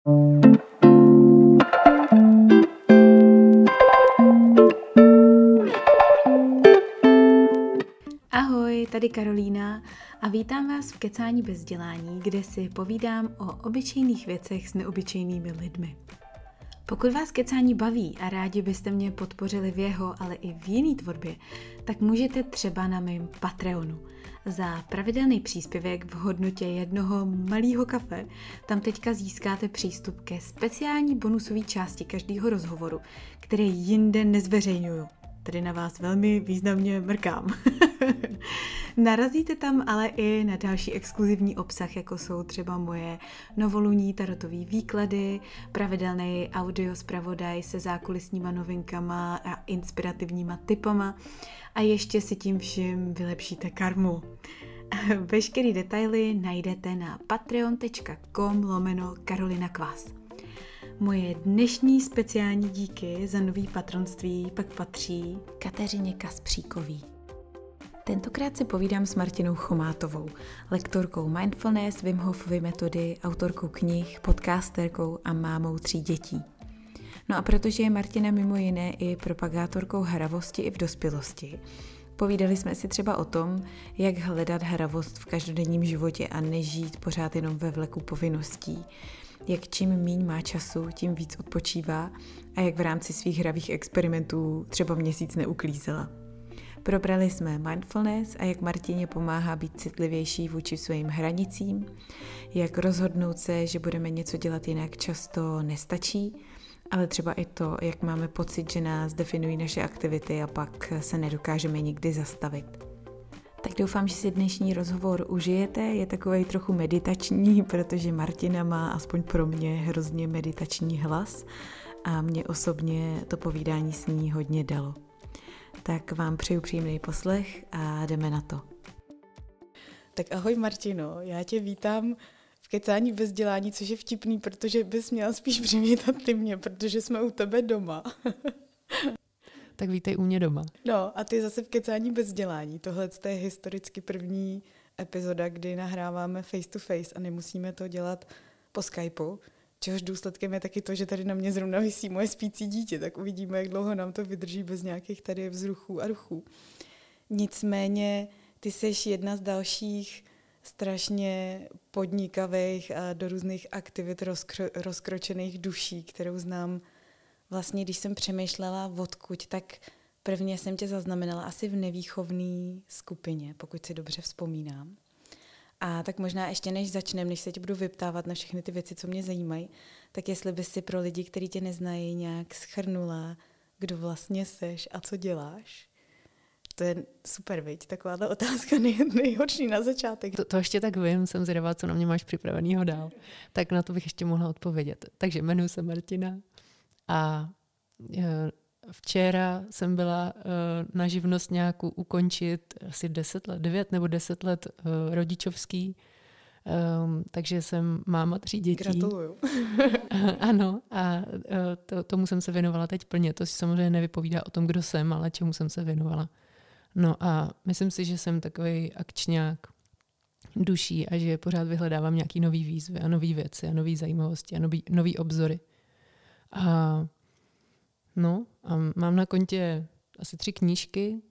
Ahoj, tady Karolína a vítám vás v Kecání bez dělání, kde si povídám o obyčejných věcech s neobyčejnými lidmi. Pokud vás kecání baví a rádi byste mě podpořili v jeho, ale i v jiný tvorbě, tak můžete třeba na mém Patreonu. Za pravidelný příspěvek v hodnotě jednoho malého kafe tam teďka získáte přístup ke speciální bonusové části každého rozhovoru, který jinde nezveřejňuju. Tady na vás velmi významně mrkám. Narazíte tam ale i na další exkluzivní obsah, jako jsou třeba moje novoluní tarotové výklady, pravidelný audio zpravodaj se zákulisníma novinkama a inspirativníma tipama a ještě si tím vším vylepšíte karmu. Veškerý detaily najdete na patreon.com/Karolina Kvás. Moje dnešní speciální díky za nový patronství pak patří Kateřině Kaspříkový. Tentokrát si povídám s Martinou Chomátovou, lektorkou mindfulness, Wim Hofovy metody, autorkou knih, podcasterkou a mámou 3 dětí. No a protože je Martina mimo jiné i propagátorkou haravosti i v dospělosti, povídali jsme si třeba o tom, jak hledat haravost v každodenním životě a nežít pořád jenom ve vleku povinností, jak čím míň má času, tím víc odpočívá a jak v rámci svých hravých experimentů třeba měsíc neuklízela. Probrali jsme mindfulness a jak Martině pomáhá být citlivější vůči svým hranicím, jak rozhodnout se, že budeme něco dělat jinak často nestačí, ale třeba i to, jak máme pocit, že nás definují naše aktivity a pak se nedokážeme nikdy zastavit. Tak doufám, že si dnešní rozhovor užijete, je takovej trochu meditační, protože Martina má aspoň pro mě hrozně meditační hlas a mě osobně to povídání s ní hodně dalo. Tak vám přeju příjemný poslech a jdeme na to. Tak ahoj Martino, já tě vítám v Kecání bez dělání, což je vtipný, protože bys měla spíš přivítat ty mě, protože jsme u tebe doma. Tak vítej u mě doma. No a ty zase v Kecání bez dělání. Tohle je historicky první epizoda, kdy nahráváme face to face a nemusíme to dělat po Skypeu, čehož důsledkem je taky to, že tady na mě zrovna visí moje spící dítě, tak uvidíme, jak dlouho nám to vydrží bez nějakých tady vzruchů a ruchů. Nicméně ty seš jedna z dalších strašně podnikavých a do různých aktivit rozkročených duší, kterou znám vlastně, když jsem přemýšlela odkud, tak prvně jsem tě zaznamenala asi v nevýchovné skupině, pokud si dobře vzpomínám. A tak možná ještě než začneme, než se tě budu vyptávat na všechny ty věci, co mě zajímají, tak jestli bys si pro lidi, kteří tě neznají, nějak shrnula, kdo vlastně seš a co děláš. To je super, viď? Takováhle otázka nejhorší na začátek. To ještě tak vím, jsem zvědavá, co na mě máš připravenýho dál. Tak na to bych ještě mohla odpovědět. Takže jmenuji se Martina a včera jsem byla na živnost nějakou ukončit asi 9 nebo 10 let rodičovský, takže jsem máma 3 dětí. Gratuluju. Ano, a tomu jsem se věnovala teď plně. To si samozřejmě nevypovídá o tom, kdo jsem, ale čemu jsem se věnovala. No a myslím si, že jsem takový akčňák duší a že pořád vyhledávám nějaký nový výzvy a nový věci a nový zajímavosti a nový obzory. A mám na kontě asi 3 knížky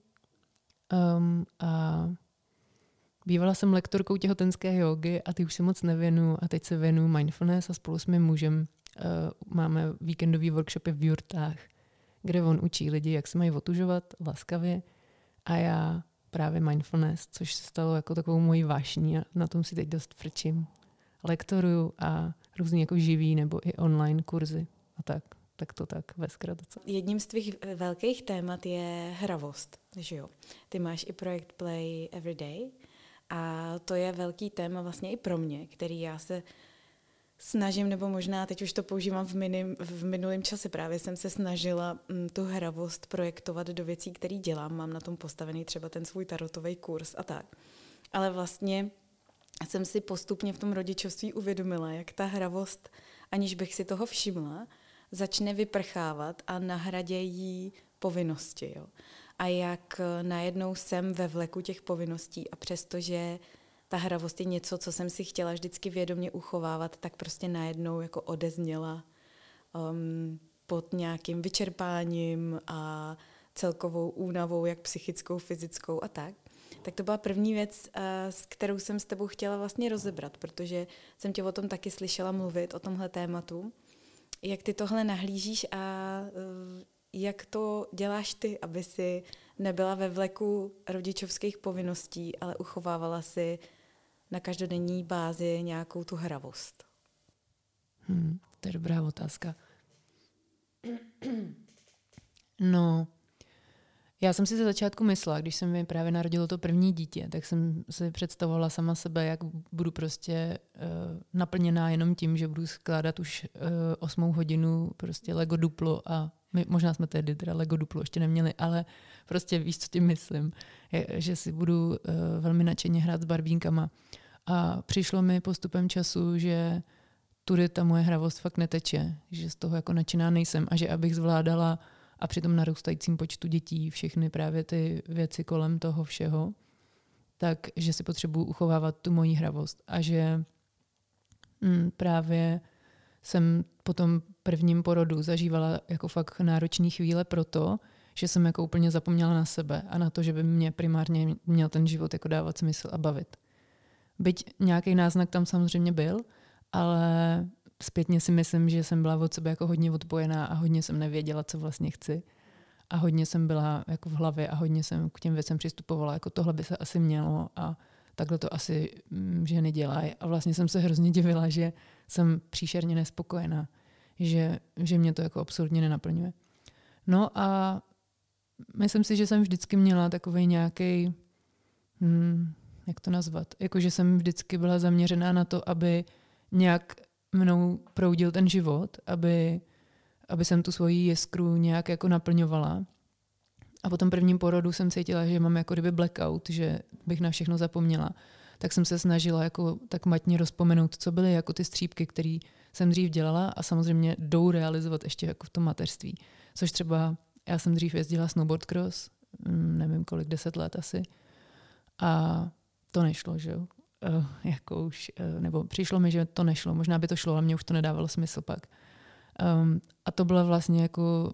a bývala jsem lektorkou těhotenské jógy a ty už se moc nevěnuju a teď se věnuju mindfulness a spolu s mým mužem máme víkendový workshopy v jurtách, kde on učí lidi, jak se mají otužovat laskavě a já právě mindfulness, což se stalo jako takovou mojí vášní a na tom si teď dost frčím. Lektoruju a různý jako živý nebo i online kurzy a tak. Tak to tak ve zkratce. Jedním z tvých velkých témat je hravost, že jo? Ty máš i projekt Play Everyday a to je velký téma vlastně i pro mě, který já se snažím, nebo možná teď už to používám v minulém čase, právě jsem se snažila tu hravost projektovat do věcí, které dělám. Mám na tom postavený třeba ten svůj tarotový kurz a tak. Ale vlastně jsem si postupně v tom rodičovství uvědomila, jak ta hravost, aniž bych si toho všimla, začne vyprchávat a nahradějí povinnosti. Jo. A jak najednou jsem ve vleku těch povinností a přestože ta hravost je něco, co jsem si chtěla vždycky vědomě uchovávat, tak prostě najednou jako odezněla pod nějakým vyčerpáním a celkovou únavou, jak psychickou, fyzickou a tak. Tak to byla první věc, s kterou jsem s tebou chtěla vlastně rozebrat, protože jsem tě o tom taky slyšela mluvit, o tomhle tématu. Jak ty tohle nahlížíš a jak to děláš ty, aby si nebyla ve vleku rodičovských povinností, ale uchovávala si na každodenní bázi nějakou tu hravost? To je dobrá otázka. No, já jsem si ze začátku myslela, když jsem mi právě narodilo to první dítě, tak jsem si představovala sama sebe, jak budu prostě naplněná jenom tím, že budu skládat už 8 hodinu prostě Lego Duplo a my, možná jsme tedy teda Lego Duplo ještě neměli, ale prostě víš, co tím myslím, že si budu velmi nadšeně hrát s barbínkama. A přišlo mi postupem času, že tudy ta moje hravost fakt neteče, že z toho jako nadšená nejsem a že abych zvládala a při tom narůstajícím počtu dětí všechny právě ty věci kolem toho všeho, tak že si potřebuji uchovávat tu moji hravost a že právě jsem po tom prvním porodu zažívala jako fakt náročný chvíle proto, že jsem jako úplně zapomněla na sebe a na to, že by mě primárně měl ten život jako dávat smysl a bavit. Byť nějaký náznak tam samozřejmě byl, ale zpětně si myslím, že jsem byla od sebe jako hodně odpojená a hodně jsem nevěděla, co vlastně chci. A hodně jsem byla jako v hlavě a hodně jsem k těm věcem přistupovala, jako tohle by se asi mělo a takhle to asi ženy dělají. A vlastně jsem se hrozně divila, že jsem příšerně nespokojená, že mě to jako absolutně nenaplňuje. No a myslím si, že jsem vždycky měla takovej nějaký, jak to nazvat, jakože jsem vždycky byla zaměřená na to, aby nějak mnou proudil ten život, aby jsem tu svoji jiskru nějak jako naplňovala. A po tom prvním porodu jsem cítila, že mám jako kdyby blackout, že bych na všechno zapomněla. Tak jsem se snažila jako tak matně rozpomenout, co byly jako ty střípky, které jsem dřív dělala a samozřejmě jdou realizovat ještě jako v tom mateřství. Což třeba já jsem dřív jezdila snowboard cross, nevím kolik, 10 let asi. A to nešlo, že jo. Jako už, nebo přišlo mi, že to nešlo. Možná by to šlo, ale mě už to nedávalo smysl pak. A to byla vlastně jako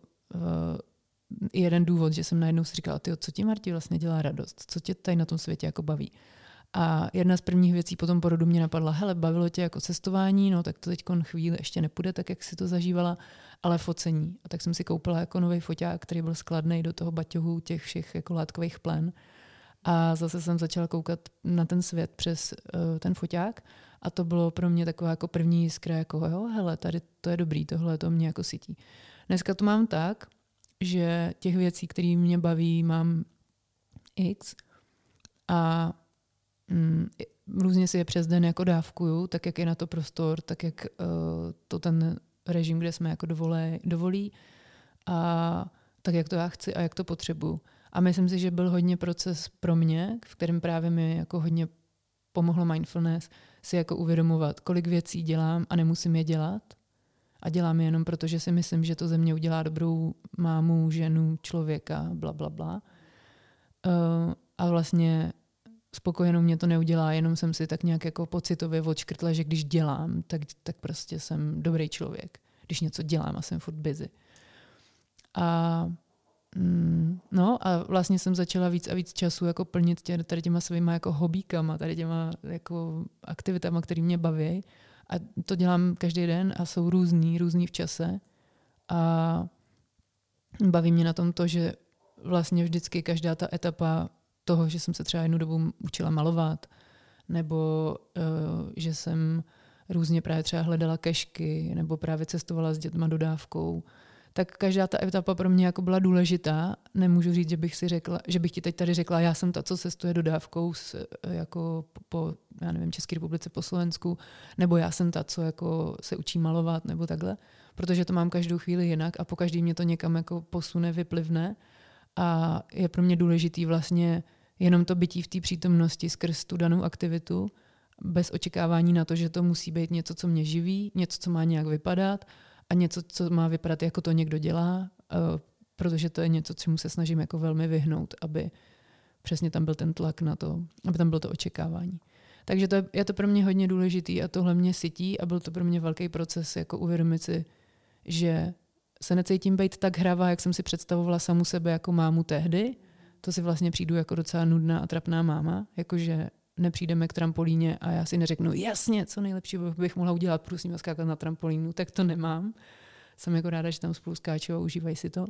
jeden důvod, že jsem najednou si říkala, co ti, Marti, vlastně dělá radost? Co tě tady na tom světě jako baví? A jedna z prvních věcí po tom porodu mě napadla, hele, bavilo tě jako cestování, no tak to teď chvíli ještě nepůjde, tak jak si to zažívala, ale focení. A tak jsem si koupila jako nový foťák, který byl skladný do toho baťohu těch všech jako látkových plen. A zase jsem začala koukat na ten svět přes ten foťák a to bylo pro mě taková jako první jiskra, jako jo, hele, tady to je dobrý, tohle to mě jako sytí. Dneska to mám tak, že těch věcí, které mě baví, mám x a různě si je přes den jako dávkuju, tak jak je na to prostor, tak jak to ten režim, kde jsme jako dovolí a tak jak to já chci a jak to potřebuju. A myslím si, že byl hodně proces pro mě, v kterém právě mi jako hodně pomohlo mindfulness, si jako uvědomovat, kolik věcí dělám a nemusím je dělat. A dělám je jenom proto, že si myslím, že to ze mě udělá dobrou mámu, ženu, člověka, bla, bla, bla. A vlastně spokojenou mě to neudělá, jenom jsem si tak nějak jako pocitově odškrtla, že když dělám, tak prostě jsem dobrý člověk. Když něco dělám a jsem furt busy. No a vlastně jsem začala víc a víc času jako plnit tady těma svýma jako hobíkama, tady těma jako aktivitama, které mě baví. A to dělám každý den a jsou různý v čase. A baví mě na tom to, že vlastně vždycky každá ta etapa toho, že jsem se třeba jednu dobu učila malovat, nebo že jsem různě právě třeba hledala kešky, nebo právě cestovala s dětma dodávkou, tak každá ta etapa pro mě jako byla důležitá. Nemůžu říct, že bych ti teď tady řekla, já jsem ta, co cestuje dodávkou jako po, já nevím, České republice, po Slovensku, nebo já jsem ta, co jako se učí malovat, nebo takhle, protože to mám každou chvíli jinak a po každý mě to někam jako posune, vyplivne a je pro mě důležitý vlastně jenom to bytí v té přítomnosti skrz tu danou aktivitu, bez očekávání na to, že to musí být něco, co mě živí, něco, co má nějak vypadat, a něco, co má vypadat, jako to někdo dělá, protože to je něco, čemu se snažím jako velmi vyhnout, aby přesně tam byl ten tlak na to, aby tam bylo to očekávání. Takže je to pro mě hodně důležitý a tohle mě sytí a byl to pro mě velký proces jako uvědomit si, že se necítím být tak hravá, jak jsem si představovala samu sebe jako mámu tehdy. To si vlastně přijdu jako docela nudná a trapná máma, jakože nepřijdeme k trampolíně a já si neřeknu, jasně, co nejlepšího bych mohla udělat, půjdu s ním skákat na trampolínu, tak to nemám. Jsem jako ráda, že tam spolu skáčou a užívají si to.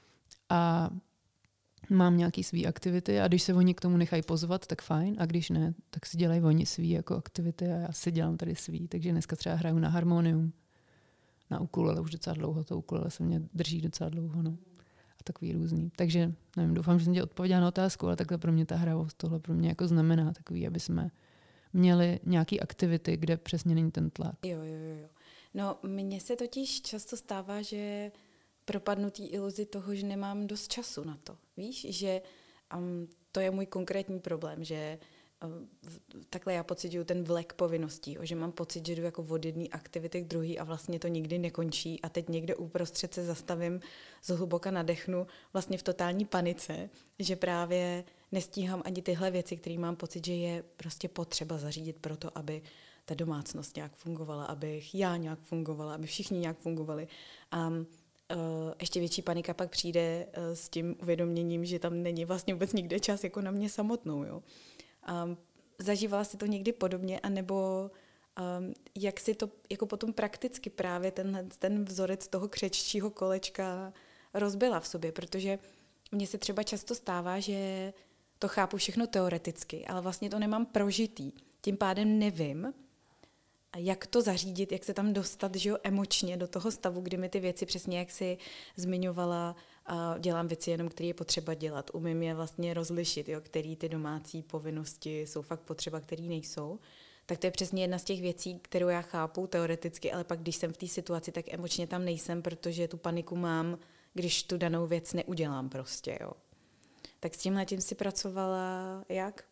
A mám nějaký svý aktivity a když se oni k tomu nechají pozvat, tak fajn. A když ne, tak si dělají oni svý jako aktivity a já si dělám tady svý. Takže dneska třeba hraju na harmonium, na ukulele už docela dlouho. To ukulele se mě drží docela dlouho. No. A takový různý. Takže nevím, doufám, že jsem tě odpověděla na otázku, ale takhle pro mě ta hravost, tohle pro mě jako znamená takový, aby jsme měli nějaký aktivity, kde přesně není ten tlak. Jo. No, mně se totiž často stává, že propadnu té iluzi toho, že nemám dost času na to. Víš, že to je můj konkrétní problém, že takhle já pociťuju ten vlek povinností, že mám pocit, že jdu jako od jedné aktivity k druhé a vlastně to nikdy nekončí a teď někde uprostřed se zastavím, zhluboka nadechnu, vlastně v totální panice, že právě nestíhám ani tyhle věci, které mám pocit, že je prostě potřeba zařídit pro to, aby ta domácnost nějak fungovala, abych já nějak fungovala, aby všichni nějak fungovali. A ještě větší panika pak přijde s tím uvědoměním, že tam není vlastně vůbec nikde čas jako na mě samotnou. Jo. Zažívala si to někdy podobně, anebo jak si to jako potom prakticky právě ten vzorec toho křeččího kolečka rozbila v sobě, protože mně se třeba často stává, že to chápu všechno teoreticky, ale vlastně to nemám prožitý. Tím pádem nevím, jak to zařídit, jak se tam dostat, že jo, emočně do toho stavu, kdy mi ty věci přesně, jak si zmiňovala, dělám věci jenom, které je potřeba dělat. Umím je vlastně rozlišit, jo, který ty domácí povinnosti jsou fakt potřeba, který nejsou. Tak to je přesně jedna z těch věcí, kterou já chápu teoreticky, ale pak, když jsem v té situaci, tak emočně tam nejsem, protože tu paniku mám, když tu danou věc neudělám prostě, jo. Tak s tímhletím si pracovala jak?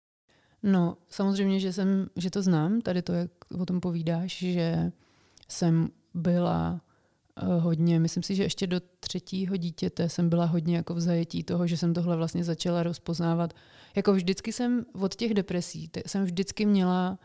No, samozřejmě, že to znám, tady to, jak o tom povídáš, že jsem byla hodně, myslím si, že ještě do 3. dítěte jsem byla hodně jako v zajetí toho, že jsem tohle vlastně začala rozpoznávat. Jako vždycky jsem od těch depresí, jsem vždycky měla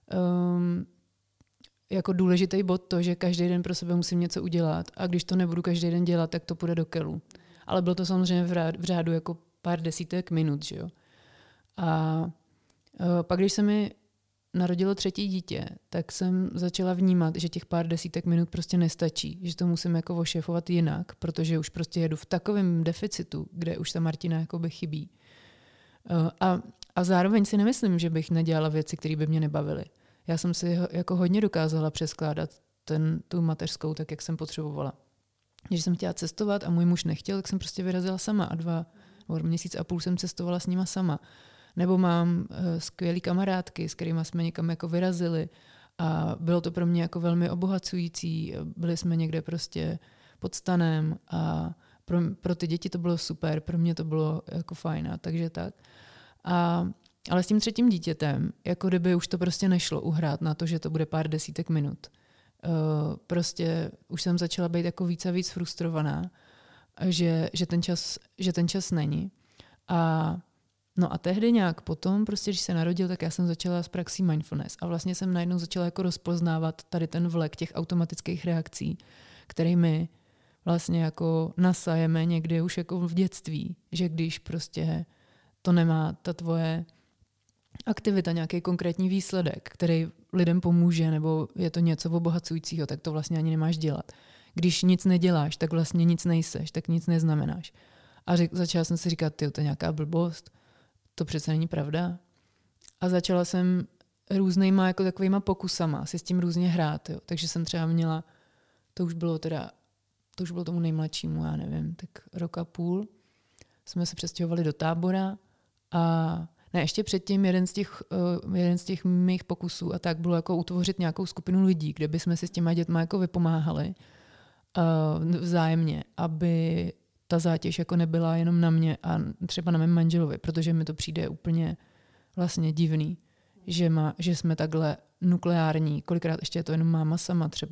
jako důležitý bod to, že každý den pro sebe musím něco udělat a když to nebudu každý den dělat, tak to půjde do kelu. Ale bylo to samozřejmě v řádu jako pár desítek minut, že jo. A pak, když se mi narodilo 3. dítě, tak jsem začala vnímat, že těch pár desítek minut prostě nestačí, že to musím jako ošéfovat jinak, protože už prostě jedu v takovém deficitu, kde už ta Martina jakoby chybí. A zároveň si nemyslím, že bych nedělala věci, které by mě nebavily. Já jsem si jako hodně dokázala přeskládat tu mateřskou tak, jak jsem potřebovala. Když jsem chtěla cestovat a můj muž nechtěl, tak jsem prostě vyrazila sama a 2 měsíce a půl jsem cestovala s nima sama. Nebo mám skvělý kamarádky, s kterými jsme někam jako vyrazili a bylo to pro mě jako velmi obohacující. Byli jsme někde prostě pod stanem a pro ty děti to bylo super, pro mě to bylo jako fajn, takže tak. Ale s tím 3. dítětem, jako kdyby už to prostě nešlo uhrát na to, že to bude pár desítek minut. Prostě už jsem začala být jako víc a víc frustrovaná, že ten čas není. No a tehdy nějak potom, prostě když se narodil, tak já jsem začala s praxí mindfulness a vlastně jsem najednou začala jako rozpoznávat tady ten vlek těch automatických reakcí, který my vlastně jako nasajeme někdy už jako v dětství, že když prostě to nemá ta tvoje aktivita, nějaký konkrétní výsledek, který lidem pomůže, nebo je to něco obohacujícího, tak to vlastně ani nemáš dělat. Když nic neděláš, tak vlastně nic nejseš, tak nic neznamenáš. A začala jsem si říkat, to je nějaká blbost, to přece není pravda. A začala jsem různýma jako takovýma pokusama si s tím různě hrát. Jo. Takže jsem třeba měla, to už bylo tomu nejmladšímu, já nevím, tak 1,5 roku. Jsme se přestěhovali do Tábora a ještě předtím jeden z těch mých pokusů a tak bylo jako utvořit nějakou skupinu lidí, kde bychom si s těma dětma jako vypomáhali vzájemně, aby ta zátěž jako nebyla jenom na mě a třeba na mém manželovi, protože mi to přijde úplně vlastně divný, že jsme takhle nukleární, kolikrát ještě je to jenom máma sama třeba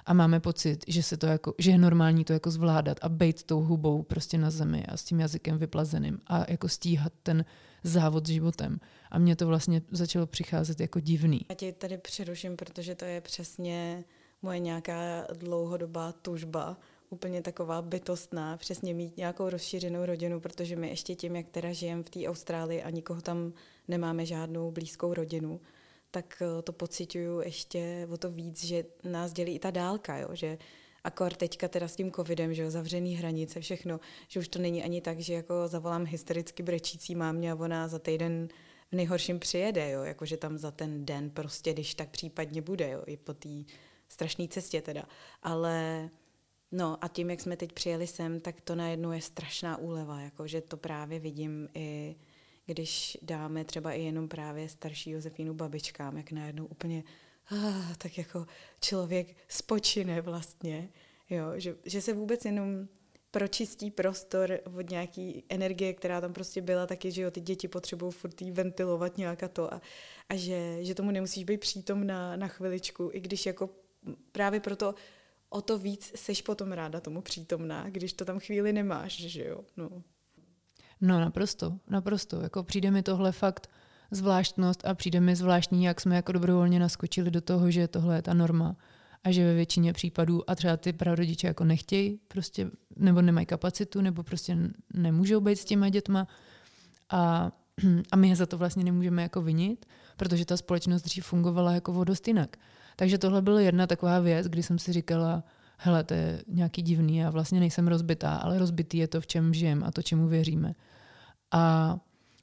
a máme pocit, že se to jako, že je normální to jako zvládat a bejt tou hubou prostě na zemi a s tím jazykem vyplazeným a jako stíhat ten závod s životem. A mně to vlastně začalo přicházet jako divný. Já tě tady přeruším, protože to je přesně moje nějaká dlouhodobá tužba, úplně taková bytostná, přesně mít nějakou rozšířenou rodinu, protože my ještě tím, jak teda žijeme v té Austrálii a nikoho tam nemáme žádnou blízkou rodinu, tak to pociťuju ještě o to víc, že nás dělí i ta dálka, jo? Že akor teďka teda s tím covidem, že jo, zavřený hranice, všechno, že už to není ani tak, že jako zavolám hystericky brečící mámě a ona za týden v nejhorším přijede, jo, jakože tam za ten den prostě, když tak případně bude, jo, i po té strašné cestě teda, ale no a tím, jak jsme teď přijeli sem, tak to najednou je strašná úleva, jakože to právě vidím i když dáme třeba i jenom právě starší Josefínu babičkám, jak najednou úplně tak jako člověk spočine vlastně, jo, že se vůbec jenom pročistí prostor od nějaký energie, která tam prostě byla, taky, že jo, ty děti potřebují furt jí ventilovat nějak a to a že tomu nemusíš být přítomná na chviličku, i když jako právě proto o to víc seš potom ráda tomu přítomná, když to tam chvíli nemáš, že jo, no. No naprosto. Jako přijde mi tohle fakt zvláštnost a přijde mi zvláštní, jak jsme jako dobrovolně naskočili do toho, že tohle je ta norma a že ve většině případů a třeba ty prarodiče jako nechtějí prostě, nebo nemají kapacitu, nebo prostě nemůžou být s těma dětma a my je za to vlastně nemůžeme jako vinit, protože ta společnost dřív fungovala jako o dost jinak. Takže tohle byla jedna taková věc, kdy jsem si říkala, hele, to je nějaký divný, já vlastně nejsem rozbitá, ale rozbitý je to, v čem žijeme a to, čemu věříme. A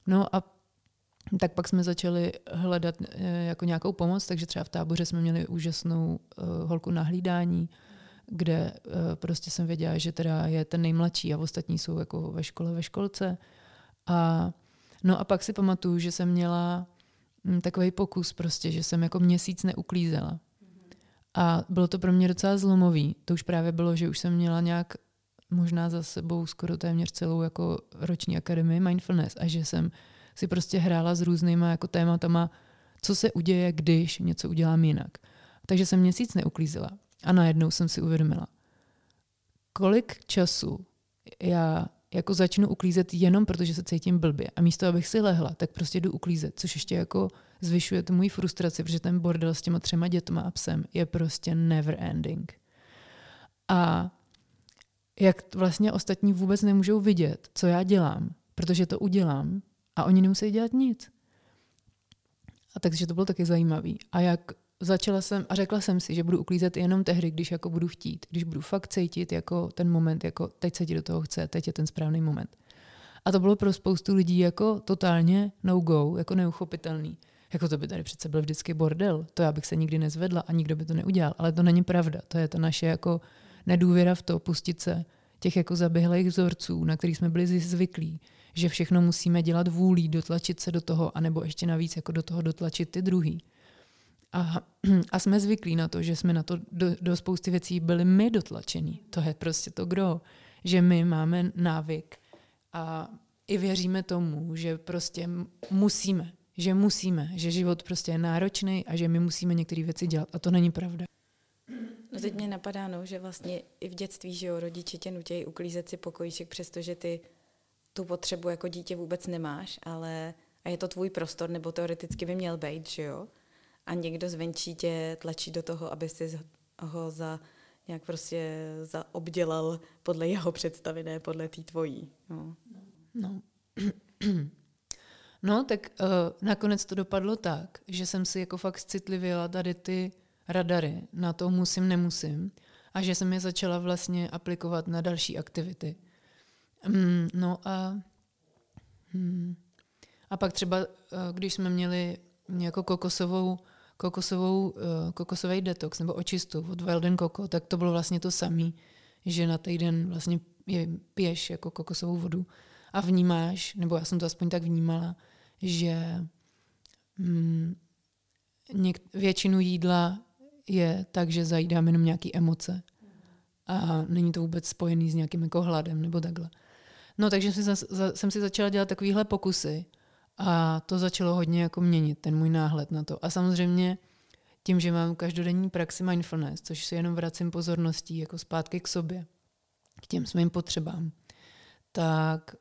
tak pak jsme začali hledat jako nějakou pomoc, takže třeba v táboře jsme měli úžasnou holku na hlídání, kde prostě jsem věděla, že teda je ten nejmladší a ostatní jsou jako ve školce. A pak si pamatuju, že jsem měla takový pokus prostě, že jsem jako měsíc neuklízela. A bylo to pro mě docela zlomový. To už právě bylo, že už jsem měla nějak možná za sebou skoro téměř celou jako roční akademii mindfulness a že jsem si prostě hrála s různýma jako tématama, co se uděje, když něco udělám jinak. Takže jsem měsíc neuklízela a najednou jsem si uvědomila, kolik času já jako začnu uklízet jenom protože se cítím blbě a místo, abych si lehla, tak prostě jdu uklízet, což ještě jako zvyšuje tu moji frustraci, protože ten bordel s těma 3 dětma a psem je prostě never ending. A jak vlastně ostatní vůbec nemůžou vidět, co já dělám, protože to udělám a oni nemusí dělat nic. A takže to bylo taky zajímavý. A jak začala jsem a řekla jsem si, že budu uklízet jenom tehdy, když jako budu chtít, když budu fakt cítit jako ten moment, jako teď se ti do toho chce, teď je ten správný moment. A to bylo pro spoustu lidí jako totálně no go, jako neuchopitelný. Jako to by tady přece byl vždycky bordel, to já bych se nikdy nezvedla a nikdo by to neudělal, ale to není pravda, to je ta naše jako nedůvěra v to, pustit se těch jako zaběhlých vzorců, na kterých jsme byli zvyklí, že všechno musíme dělat vůlí, dotlačit se do toho, anebo ještě navíc jako do toho dotlačit ty druhý. A jsme zvyklí na to, že jsme na to do spousty věcí byli my dotlačení. To je prostě to gro, že my máme návyk a i věříme tomu, že prostě musíme, že život prostě je náročný a že my musíme některé věci dělat. A to není pravda. No teď mě napadá, že vlastně i v dětství, že jo, rodiče tě nutějí uklízet si pokojíček, přestože ty tu potřebu jako dítě vůbec nemáš, ale a je to tvůj prostor, nebo teoreticky by měl být, že jo? A někdo zvenčí tě tlačí do toho, aby si ho nějak prostě obdělal podle jeho představy, ne podle té tvojí. No, tak nakonec to dopadlo tak, že jsem si jako fakt citlivěla tady ty radary na to musím, nemusím a že jsem je začala vlastně aplikovat na další aktivity. A pak třeba, když jsme měli jako kokosový detox nebo očistu od Wild & Coco, tak to bylo vlastně to samé, že na týden vlastně piješ jako kokosovou vodu a vnímáš, nebo já jsem to aspoň tak vnímala, že většinu jídla je tak, že zajídám jenom nějaké emoce a není to vůbec spojený s nějakým jako hladem nebo takhle. No takže jsem si začala dělat takovýhle pokusy a to začalo hodně jako měnit ten můj náhled na to. A samozřejmě tím, že mám každodenní praxi mindfulness, což si jenom vracím pozorností jako zpátky k sobě, k těm svým potřebám, tak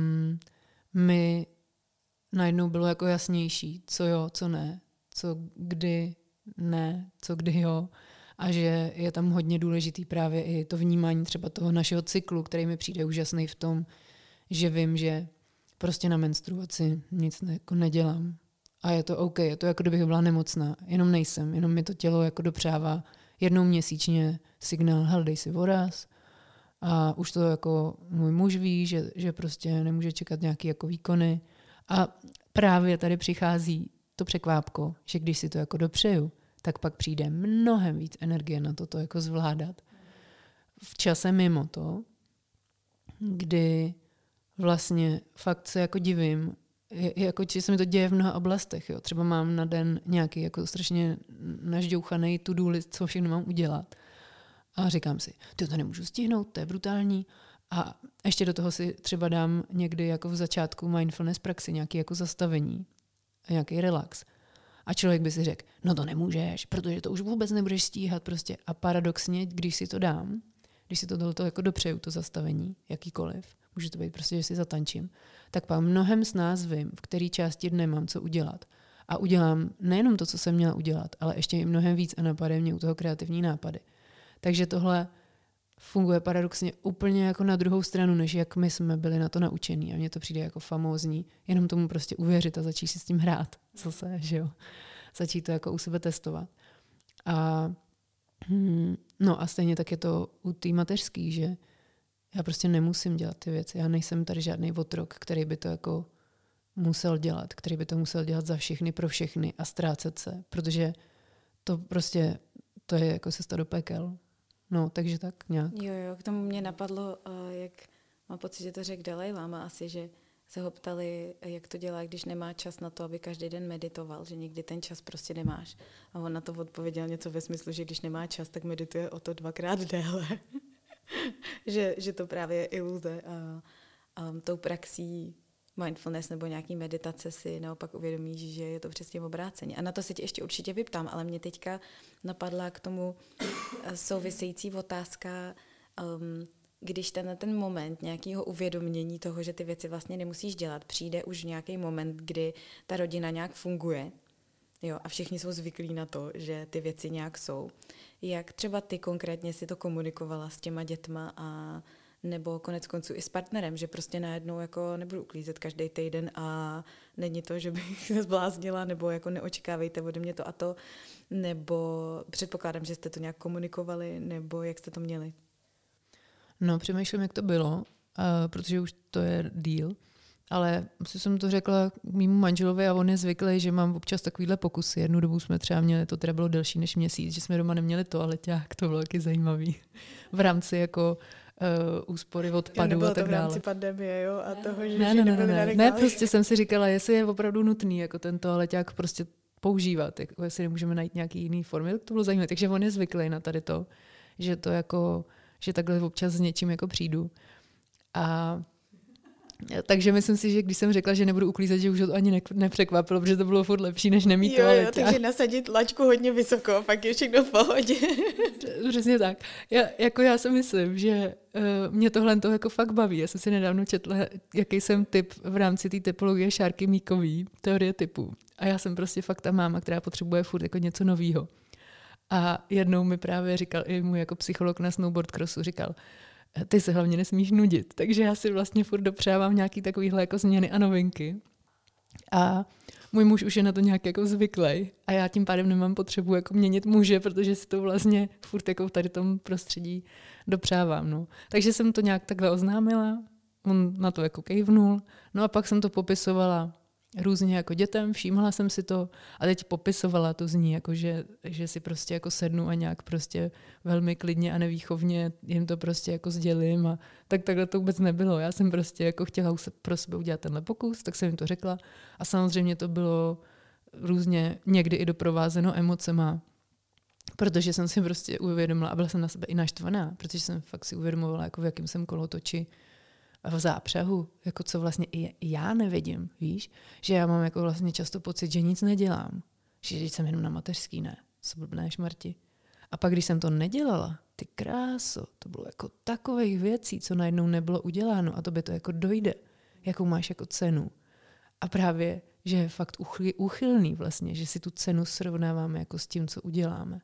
mi najednou bylo jako jasnější, co jo, co ne, co kdy ne, co kdy jo. A že je tam hodně důležitý právě i to vnímání třeba toho našeho cyklu, který mi přijde úžasný v tom, že vím, že prostě na menstruaci nic jako nedělám. A je to OK, je to jako kdybych byla nemocná, jenom nejsem, jenom mi to tělo jako dopřává jednou měsíčně signál, hele, dej si voraz. A už to jako můj muž ví, že prostě nemůže čekat nějaký jako výkony. A právě tady přichází to překvápko, že když si to jako dopřeju, tak pak přijde mnohem víc energie na to jako zvládat. V čase mimo to, kdy vlastně fakt se jako divím, jako, že se mi to děje v mnoha oblastech. Jo. Třeba mám na den nějaký jako strašně nažďouchaný to-do list, co všechno mám udělat. A říkám si, to nemůžu stihnout, to je brutální. A ještě do toho si třeba dám někdy jako v začátku mindfulness praxi nějaké jako zastavení, nějaký relax. A člověk by si řekl, no to nemůžeš, protože to už vůbec nebudeš stíhat prostě. A paradoxně, když si to dám, když si to jako dopřeju, to zastavení, jakýkoliv, může to být prostě, že si zatančím, tak pak mnohem s nás vím, v který části dne mám co udělat. A udělám nejenom to, co jsem měla udělat, ale ještě i mnohem víc a napadne mě u toho kreativní nápady. Takže tohle funguje paradoxně úplně jako na druhou stranu, než jak my jsme byli na to naučení. A mně to přijde jako famózní, jenom tomu prostě uvěřit a začít si s tím hrát. Zase, že jo. Začít to jako u sebe testovat. A no a stejně tak je to u té mateřský, že já prostě nemusím dělat ty věci. Já nejsem tady žádný otrok, který by to jako musel dělat, který by to musel dělat za všechny, pro všechny a ztrácet se, protože to prostě, to je jako cesta do pekel. No, takže tak nějak. Jo, k tomu mě napadlo, jak mám pocit, že to řekl Dalaj Lama asi, že se ho ptali, jak to dělá, když nemá čas na to, aby každý den meditoval, že někdy ten čas prostě nemáš. A on na to odpověděl něco ve smyslu, že když nemá čas, tak medituje o to 2x déle. že to právě je iluze a tou praxí mindfulness nebo nějaký meditace si naopak uvědomíš, že je to přesně obráceně. A na to se tě ještě určitě vyptám, ale mě teďka napadla k tomu související otázka, když ten moment nějakého uvědomění toho, že ty věci vlastně nemusíš dělat, přijde už nějaký moment, kdy ta rodina nějak funguje, jo, a všichni jsou zvyklí na to, že ty věci nějak jsou. Jak třeba ty konkrétně si to komunikovala s těma dětma a nebo konec konců i s partnerem, že prostě najednou jako nebudu uklízet každý týden a není to, že bych se zbláznila, nebo jako neočekávejte ode mě to a to, nebo předpokládám, že jste to nějak komunikovali, nebo jak jste to měli? No, přemýšlím, jak to bylo, protože už to je díl, ale si jsem to řekla mému manželovi a on je zvyklý, že mám občas takovýhle pokusy. Jednu dobu jsme třeba měli, to teda bylo delší než měsíc, že jsme doma neměli toaleťák, to bylo taky zajímavý. V rámci jako úspory odpadů a tak dále. V rámci pandemie, jo? A toho, že ne, prostě jsem si říkala, jestli je opravdu nutný jako ten toaleťák prostě používat, jako jestli nemůžeme najít nějaký jiný formy, tak to bylo zajímavé. Takže on je zvyklý na tady to, že to jako, že takhle občas s něčím jako přijdu. A takže myslím si, že když jsem řekla, že nebudu uklízet, že už to ani nepřekvapilo, protože to bylo furt lepší, než nemít toaleťák. Jo, takže nasadit laťku hodně vysoko, pak je všechno v pohodě. Přesně tak. Já si myslím, že mě tohle toho jako fakt baví. Já jsem si nedávno četla, jaký jsem typ v rámci té typologie Šárky Míkový, teorie typů. A já jsem prostě fakt ta máma, která potřebuje furt jako něco novýho. A jednou mi právě říkal i můj jako psycholog na snowboard crossu, říkal, ty se hlavně nesmíš nudit. Takže já si vlastně furt dopřávám nějaký takovýhle jako změny a novinky. A můj muž už je na to nějak jako zvyklý. A já tím pádem nemám potřebu jako měnit muže, protože si to vlastně furt jako v tady tom prostředí dopřávám. No. Takže jsem to nějak takhle oznámila. On na to jako kejvnul. No a pak jsem to popisovala různě jako dětem, všímala jsem si to a teď popisovala to z ní, jako že si prostě jako sednu a nějak prostě velmi klidně a nevýchovně jim to prostě jako sdělím a takhle to vůbec nebylo. Já jsem prostě jako chtěla pro sebe udělat tenhle pokus, tak jsem jim to řekla a samozřejmě to bylo různě někdy i doprovázeno emocema, protože jsem si prostě uvědomila a byla jsem na sebe i naštvaná, protože jsem fakt si uvědomovala, jako v jakém jsem kolotoči v zápřahu, jako co vlastně i já nevidím, víš? Že já mám jako vlastně často pocit, že nic nedělám. Že jsem jenom na mateřský, ne. co blbneš, Marti. A pak, když jsem to nedělala, ty kráso, to bylo jako takových věcí, co najednou nebylo uděláno a to by to jako dojde, jakou máš jako cenu. A právě, že je fakt úchylný vlastně, že si tu cenu srovnáváme jako s tím, co uděláme.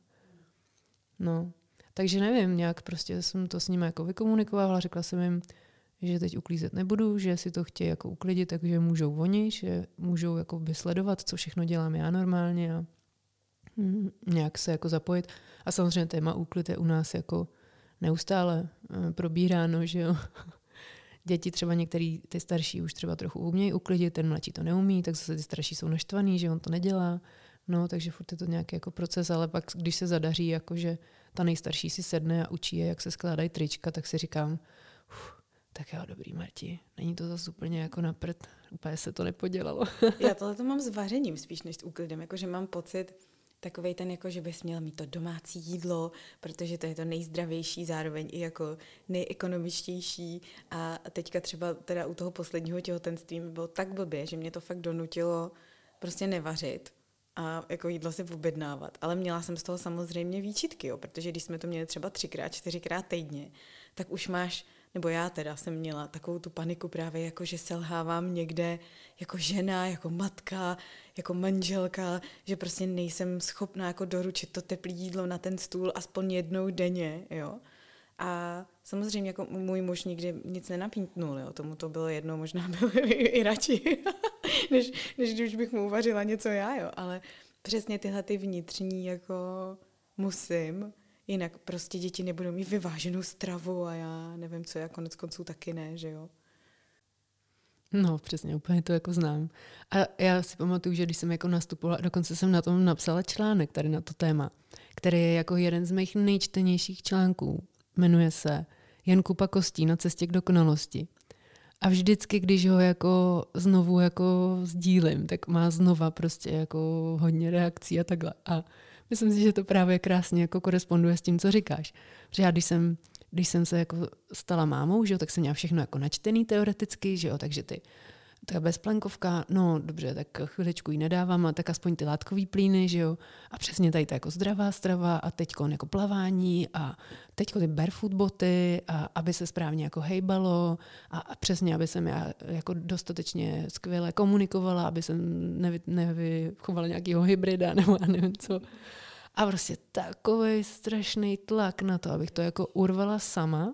No, takže nevím, nějak prostě jsem to s nimi jako vykomunikovala, řekla jsem jim, že teď uklízet nebudu, že si to chtějí jako uklidit, takže můžou oni, že můžou jako by sledovat, co všechno dělám já normálně a nějak se jako zapojit. A samozřejmě téma úklid je u nás jako neustále probíráno, že jo. Děti třeba některý, ty starší už třeba trochu umějí uklidit, ten mladší to neumí, tak zase ty starší jsou naštvaný, že on to nedělá. No, takže furt je to nějaký jako proces, ale pak, když se zadaří, jakože ta nejstarší si sedne a učí je, jak se skládají trička, tak si říkám, tak jo, dobrý, Marti, není to zase úplně jako na prd, úplně se to nepodělalo. Já tohle mám s vařením spíš než s úklidem, jakože mám pocit takovej ten, jako že bys měl mít to domácí jídlo, protože to je to nejzdravější, zároveň i jako nejekonomičtější a teďka třeba teda u toho posledního těhotenství mi bylo tak blbě, že mě to fakt donutilo prostě nevařit a jako jídlo si objednávat. Ale měla jsem z toho samozřejmě výčitky, jo, protože když jsme to měli třeba 3x, 4x týdně, tak už máš, nebo já teda jsem měla takovou tu paniku právě jako, že selhávám někde jako žena, jako matka, jako manželka, že prostě nejsem schopná jako doručit to teplé jídlo na ten stůl aspoň jednou denně, jo. A samozřejmě jako můj muž nikdy nic nenapíntnul, jo. Tomu to bylo jedno, možná byl i radši, než když bych mu uvařila něco já, jo. Ale přesně tyhle ty vnitřní jako musím, jinak prostě děti nebudou mít vyváženou stravu a já nevím, co já konec konců taky ne, že jo. No, přesně, úplně to jako znám. A já si pamatuju, že když jsem jako nastupovala, dokonce jsem na tom napsala článek tady na to téma, který je jako jeden z mých nejčtenějších článků. Jmenuje se Jen kupa kostí na cestě k dokonalosti. A vždycky, když ho jako znovu jako sdílím, tak má znova prostě jako hodně reakcí a takhle. A myslím si, že to právě krásně jako koresponduje s tím, co říkáš. Protože já, když jsem se jako stala mámou, že jo, tak jsem měla všechno jako načtený teoreticky, že jo, takže ta bezplenkovka, no dobře, tak chviličku ji nedávám, a tak aspoň ty látkový plíny, že jo, a přesně tady ta jako zdravá strava a teďko jako plavání a teďko ty barefoot boty a aby se správně jako hejbalo a přesně, aby jsem já jako dostatečně skvěle komunikovala, aby jsem nevychovala nějakýho hybrida nebo já nevím co. A prostě takovej strašný tlak na to, abych to jako urvala sama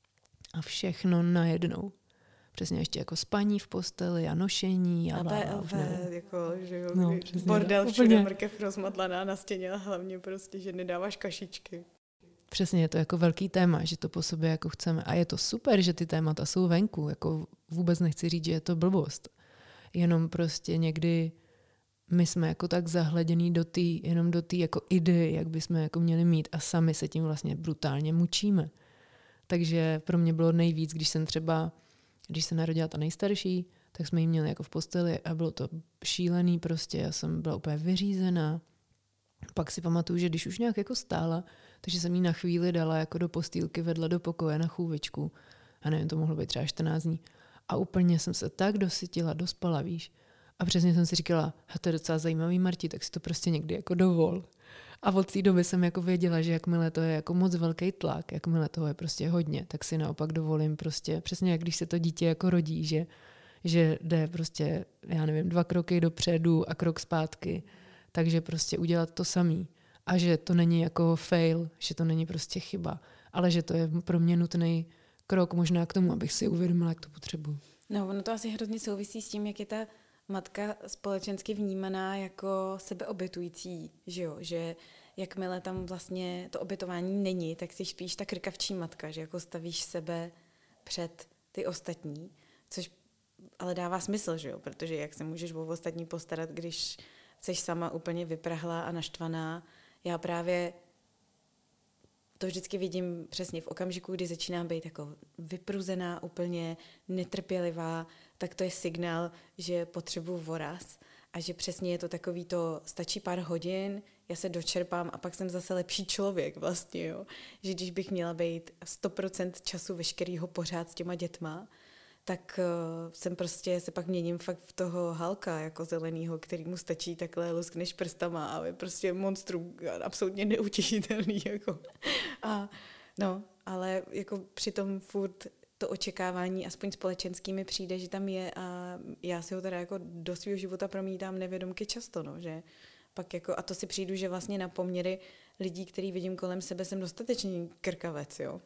a všechno najednou. Přesně ještě jako spaní v posteli a nošení a PLV, jako, že jo, no, bordel všude, mrkev rozmatlaná na stěně a hlavně prostě, že nedáváš kašičky. Přesně, je to jako velký téma, že to po sobě jako chceme. A je to super, že ty témata jsou venku. Jako vůbec nechci říct, že je to blbost. Jenom prostě někdy my jsme jako tak zahleděný jenom do té jako idei, jak bychom jako měli mít a sami se tím vlastně brutálně mučíme. Takže pro mě bylo nejvíc, když se narodila ta nejstarší, tak jsme ji měli jako v posteli a bylo to šílený prostě, já jsem byla úplně vyřízená. Pak si pamatuju, že když už nějak jako stála, takže jsem jí na chvíli dala jako do postýlky vedle do pokoje na chůvičku. A nevím, to mohlo být třeba 14 dní. A úplně jsem se tak dosytila, dospala, víš. A přesně jsem si říkala, to je docela zajímavý, Marti, tak si to prostě někdy jako dovol. A od té doby jsem jako věděla, že jakmile to je jako moc velký tlak, jakmile toho je prostě hodně, tak si naopak dovolím prostě, přesně jak když se to dítě jako rodí, že jde prostě, já nevím, 2 kroky dopředu a krok zpátky, takže prostě udělat to samý. A že to není jako fail, že to není prostě chyba, ale že to je pro mě nutný krok možná k tomu, abych si uvědomila, jak to potřebuji. No, ono to asi hrozně souvisí s tím, jak je ta matka společensky vnímaná jako sebeobětující, že jo, že jakmile tam vlastně to obětování není, tak jsi spíš ta krkavčí matka, že jako stavíš sebe před ty ostatní, což ale dává smysl, že jo, protože jak se můžeš o ostatní postarat, když jsi sama úplně vyprahlá a naštvaná. Já právě to vždycky vidím přesně v okamžiku, kdy začínám být jako vypruzená, úplně netrpělivá, tak to je signál, že potřebuji voraz a že přesně je to takový to, stačí pár hodin, já se dočerpám a pak jsem zase lepší člověk vlastně, jo. Že když bych měla být 100% času veškerýho pořád s těma dětma, tak jsem prostě se pak měním fakt v toho Hulka jako zelenýho, který mu stačí takhle luskneš prstama a je prostě monstrum absolutně neutěšitelný. Jako. A, no, ale jako přitom furt to očekávání, aspoň společenský mi přijde, že tam je a já si ho teda jako do svého života promítám nevědomky často, no, že pak jako, a to si přijdu, že vlastně na poměry lidí, který vidím kolem sebe, jsem dostatečný krkavec, jo.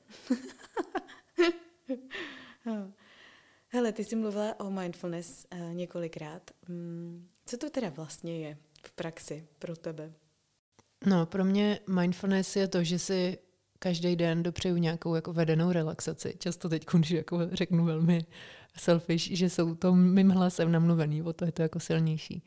Hele, ty jsi mluvila o mindfulness několikrát. Co to teda vlastně je v praxi pro tebe? No, pro mě mindfulness je to, že si každý den dopřeju nějakou jako vedenou relaxaci. Často teď, když jako řeknu velmi selfish, že jsou to mým hlasem namluvený, o to je to jako silnější.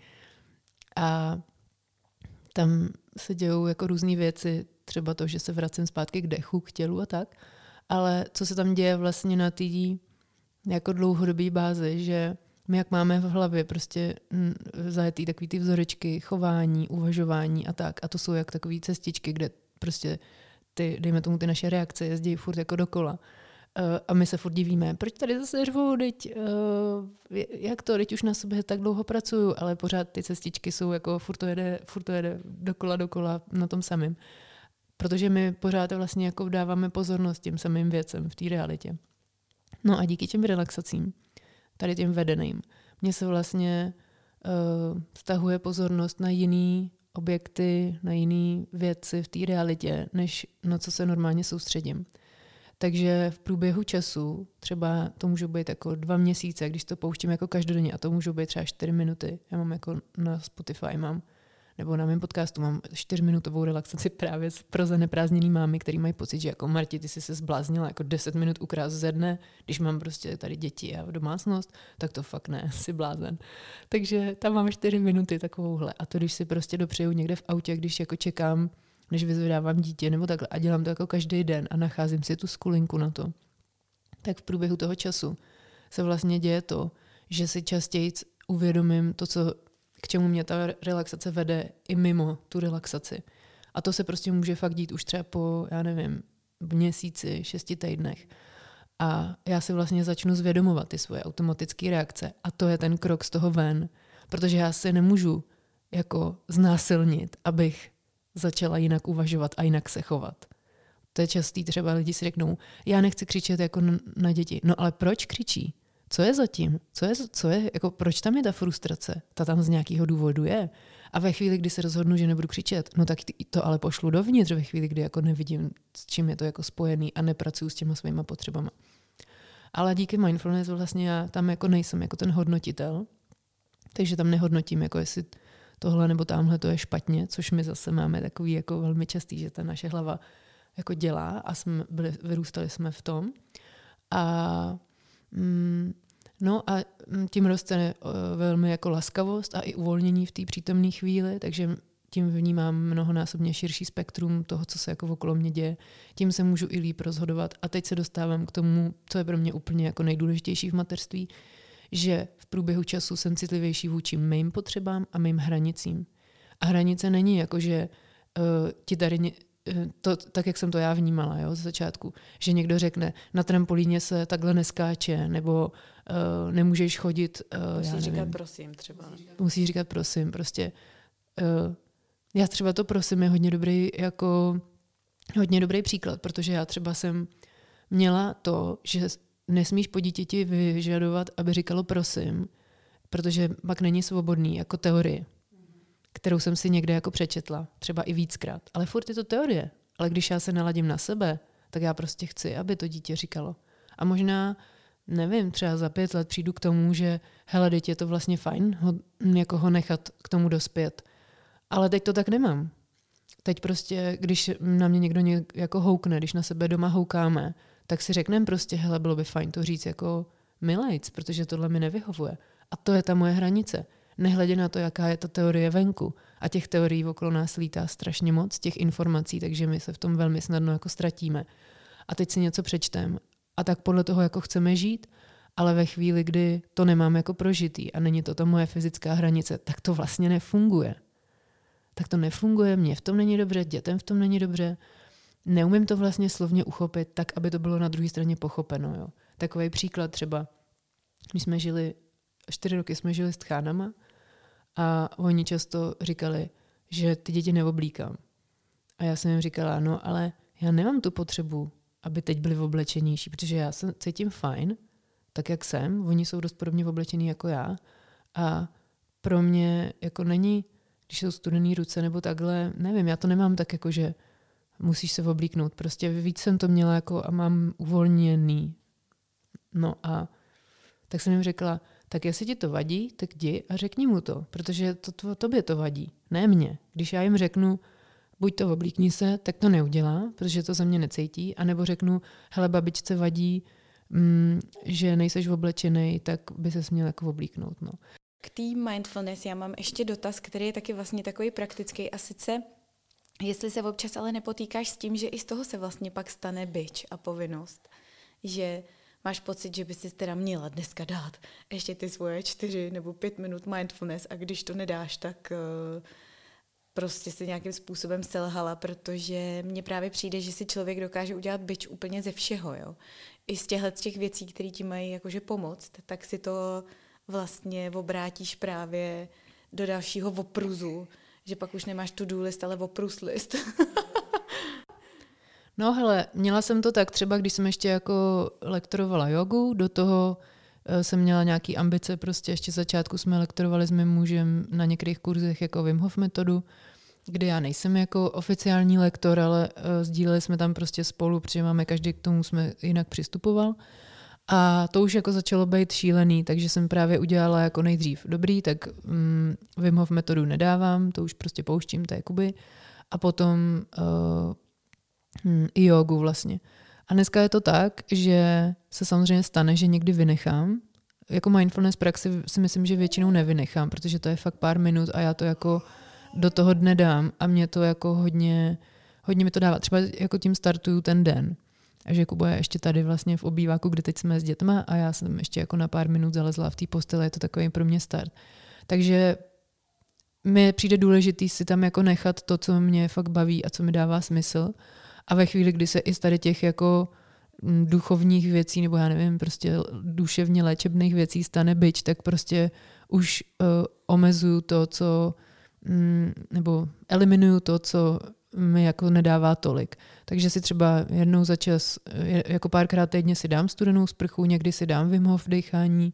A tam se dějou jako různý věci, třeba to, že se vracím zpátky k dechu, k tělu a tak, ale co se tam děje vlastně na té jako dlouhodobé bázi, že my jak máme v hlavě prostě zajetý takový ty vzorečky, chování, uvažování a tak, a to jsou jak takový cestičky, kde prostě ty, dejme tomu, ty naše reakce jezdí furt jako dokola. A my se furt divíme, proč tady zase řvou, jak to, teď už na sobě tak dlouho pracuju, ale pořád ty cestičky jsou jako furt to jede dokola na tom samém. Protože my pořád vlastně jako dáváme pozornost těm samým věcem v té realitě. No a díky těm relaxacím, tady těm vedeným, mně se vlastně stahuje pozornost na jiný objekty, na jiný věci v té realitě, než na co se normálně soustředím. Takže v průběhu času, třeba to můžou být jako 2 měsíce, když to pouštím jako každodenně, a to můžou být třeba 4 minuty. Já mám jako na Spotify nebo na mém podcastu mám 4minutovou relaxaci právě pro zaneprázdněný mámy, který mají pocit, že jako Marti, ty jsi se zbláznila jako 10 minut ukrást ze dne, když mám prostě tady děti a domácnost, tak to fakt ne, jsi blázen. Takže tam mám 4 minuty takovouhle. A to, když si prostě dopřeju někde v autě, když jako čekám, než vyzvedávám dítě nebo takhle a dělám to jako každý den a nacházím si tu skulinku na to, tak v průběhu toho času se vlastně děje to, že si častěji uvědomím to, k čemu mě ta relaxace vede i mimo tu relaxaci. A to se prostě může fakt dít už třeba po, já nevím, měsíci, 6 týdnech. A já si vlastně začnu zvědomovat ty svoje automatické reakce. A to je ten krok z toho ven. Protože já se nemůžu jako znásilnit, abych začala jinak uvažovat a jinak se chovat. To je častý, třeba lidi si řeknou, já nechci křičet jako na děti. No ale proč křičí? Co je zatím? Co je, jako proč tam je ta frustrace? Ta tam z nějakého důvodu je. A ve chvíli, kdy se rozhodnu, že nebudu křičet, no tak to ale pošlu dovnitř ve chvíli, kdy jako nevidím, s čím je to jako spojený a nepracuju s těma svýma potřebama. Ale díky mindfulness vlastně já tam jako nejsem jako ten hodnotitel, takže tam nehodnotím, jako jestli tohle nebo tamhle to je špatně, což my zase máme takový jako velmi častý, že ta naše hlava jako dělá a vyrůstali jsme v tom. No a tím roste velmi jako laskavost a i uvolnění v té přítomné chvíli, takže tím vnímám mnohonásobně širší spektrum toho, co se jako okolo mě děje. Tím se můžu i líp rozhodovat. A teď se dostávám k tomu, co je pro mě úplně jako nejdůležitější v mateřství, že v průběhu času jsem citlivější vůči mým potřebám a mým hranicím. A hranice není jako, že ti tady tak, jak jsem to já vnímala, jo, z začátku, že někdo řekne, na trampolíně se takhle neskáče, nebo nemůžeš chodit. Musíš říkat prosím třeba. Musíš říkat prosím, prostě. Já třeba to prosím je hodně dobrý příklad, protože já třeba jsem měla to, že nesmíš po dítěti vyžadovat, aby říkalo prosím, protože pak není svobodný, jako teorie, kterou jsem si někde jako přečetla, třeba i víckrát. Ale furt je to teorie. Ale když já se naladím na sebe, tak já prostě chci, aby to dítě říkalo. A možná, nevím, třeba za 5 let přijdu k tomu, že hele, dítě je to vlastně fajn, ho nechat k tomu dospět. Ale teď to tak nemám. Teď prostě, když na mě někdo jako houkne, když na sebe doma houkáme, tak si řekneme prostě, hele, bylo by fajn to říct jako milejc, protože tohle mi nevyhovuje. A to je ta moje hranice. Nehledě na to, jaká je ta teorie venku. A těch teorií okolo nás lítá strašně moc, těch informací, takže my se v tom velmi snadno jako ztratíme. A teď si něco přečtem. A tak podle toho jako chceme žít, ale ve chvíli, kdy to nemám jako prožitý a není to ta moje fyzická hranice, tak to vlastně nefunguje. Tak to nefunguje, mně v tom není dobře, dětem v tom není dobře. Neumím to vlastně slovně uchopit tak, aby to bylo na druhé straně pochopeno. Jo. Takový příklad třeba, když jsme žili, 4 roky jsme žili s tchánama a oni často říkali, že ty děti neoblíkám. A já jsem jim říkala, no ale já nemám tu potřebu, aby teď byli oblečenější, protože já se cítím fajn, tak jak jsem, oni jsou dost podobně oblečení jako já a pro mě jako není, když jsou studený ruce nebo takhle, nevím, já to nemám tak jako, že musíš se oblíknout, prostě víc jsem to měla jako a mám uvolněný. No a tak jsem jim řekla, tak jestli ti to vadí, tak jdi a řekni mu to, protože tobě to vadí, ne mně. Když já jim řeknu, buď to oblíkni se, tak to neudělá, protože to za mě necítí, anebo řeknu, hele, babičce vadí, že nejseš oblečenej, tak by ses měl jako oblíknout. No. K té mindfulness já mám ještě dotaz, který je taky vlastně takový praktický a sice, jestli se občas ale nepotýkáš s tím, že i z toho se vlastně pak stane bič a povinnost, že máš pocit, že by si teda měla dneska dát ještě ty svoje 4 nebo 5 minut mindfulness a když to nedáš, tak prostě si nějakým způsobem selhala, protože mně právě přijde, že si člověk dokáže udělat bič úplně ze všeho. Jo? I z těch věcí, které ti mají jakože pomoct, tak si to vlastně obrátíš právě do dalšího opruzu, že pak už nemáš to do list, ale oprus list. No hele, měla jsem to tak třeba, když jsem ještě jako lektorovala jogu, do toho jsem měla nějaký ambice, prostě ještě začátku jsme lektorovali s mým mužem na některých kurzech jako Wim Hof metodu, kde já nejsem jako oficiální lektor, ale sdíleli jsme tam prostě spolu, protože máme každý k tomu jsme jinak přistupoval. A to už jako začalo být šílený, takže jsem právě udělala jako nejdřív dobrý, tak Wim Hof metodu nedávám, to už prostě pouštím, to je Kuby. A potom i jogu vlastně. A dneska je to tak, že se samozřejmě stane, že někdy vynechám. Jako mindfulness praxi si myslím, že většinou nevynechám, protože to je fakt pár minut a já to jako do toho dne dám a mě to jako hodně mi to dává. Třeba jako tím startuju ten den. A že Kuba je ještě tady vlastně v obýváku, kde teď jsme s dětma a já jsem ještě jako na pár minut zalezla v té posteli, je to takový pro mě start. Takže mi přijde důležitý si tam jako nechat to, co mě fakt baví a co mi dává smysl. A ve chvíli, kdy se i z tady těch jako duchovních věcí, nebo já nevím, prostě duševně léčebných věcí stane bič, tak prostě už omezuju to, co nebo eliminuju to, co mi jako nedává tolik. Takže si třeba jednou za čas, jako párkrát týdně si dám studenou sprchu, někdy si dám Wim Hof dechání,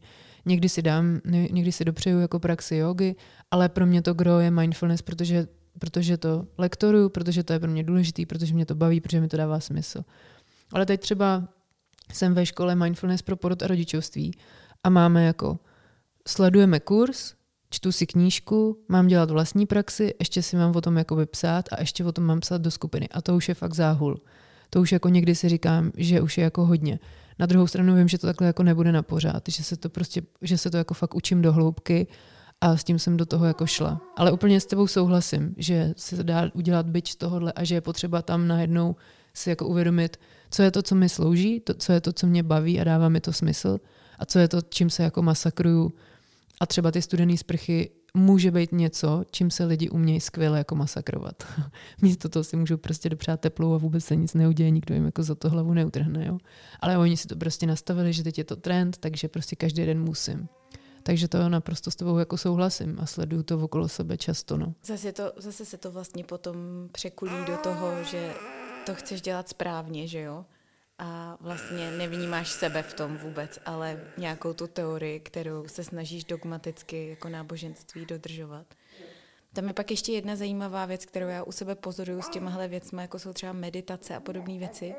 někdy si dopřeju jako praxi jogy, ale pro mě to gro je mindfulness, protože to lektoruju, protože to je pro mě důležitý, protože mě to baví, protože mi to dává smysl. Ale teď třeba jsem ve škole mindfulness pro porod a rodičovství a máme jako sledujeme kurz, čtu si knížku, mám dělat vlastní praxi, ještě si mám o tom jakoby psát a ještě o tom mám psát do skupiny. A to už je fakt záhul. To už jako někdy si říkám, že už je jako hodně. Na druhou stranu vím, že to takhle jako nebude na pořád, že se to jako fakt učím do hloubky a s tím jsem do toho jako šla. Ale úplně s tebou souhlasím, že se dá udělat bič z tohohle a že je potřeba tam najednou si jako uvědomit, co je to, co mi slouží, co je to, co mě baví a dává mi to smysl a co je to, čím se jako masakruju. A třeba ty studené sprchy může být něco, čím se lidi umějí skvěle jako masakrovat. Místo toho si můžou prostě dopřát teplou a vůbec se nic neuděje, nikdo jim jako za to hlavu neutrhne. Jo? Ale oni si to prostě nastavili, že teď je to trend, takže prostě každý den musím. Takže to naprosto s tebou jako souhlasím a sleduju to okolo sebe často. No. Zase se to vlastně potom překulí do toho, že to chceš dělat správně, že jo? A vlastně nevnímáš sebe v tom vůbec, ale nějakou tu teorii, kterou se snažíš dogmaticky jako náboženství dodržovat. Tam je pak ještě jedna zajímavá věc, kterou já u sebe pozoruju s těmahle věcmi, jako jsou třeba meditace a podobné věci.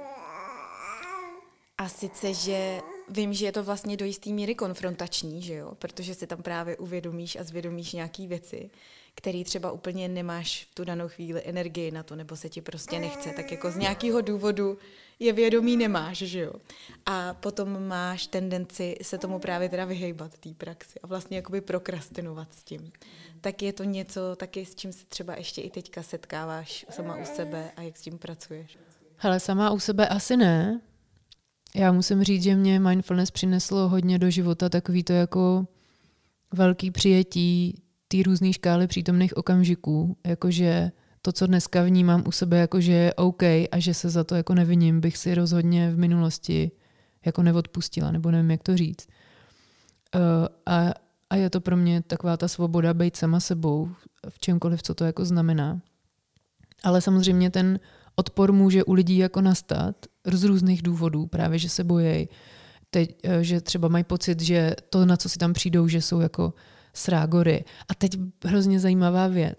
A sice, že vím, že je to vlastně do jistý míry konfrontační, že jo? Protože si tam právě uvědomíš a zvědomíš nějaký věci, který třeba úplně nemáš v tu danou chvíli energii na to, nebo se ti prostě nechce, tak jako z nějakého důvodu je vědomí nemáš, že jo. A potom máš tendenci se tomu právě teda vyhejbat, té praxi a vlastně jakoby prokrastinovat s tím. Tak je to něco taky, s čím se třeba ještě i teďka setkáváš sama u sebe a jak s tím pracuješ? Hele, sama u sebe asi ne. Já musím říct, že mě mindfulness přineslo hodně do života takový to jako velký přijetí té různé škály přítomných okamžiků, jakože to, co dneska vnímám u sebe, jakože je OK a že se za to jako neviním, bych si rozhodně v minulosti jako neodpustila, nebo nevím, jak to říct. A je to pro mě taková ta svoboda být sama sebou v čemkoliv, co to jako znamená. Ale samozřejmě ten odpor může u lidí jako nastat z různých důvodů, právě že se bojí, že třeba mají pocit, že to, na co si tam přijdou, že jsou jako srágory. A teď hrozně zajímavá věc,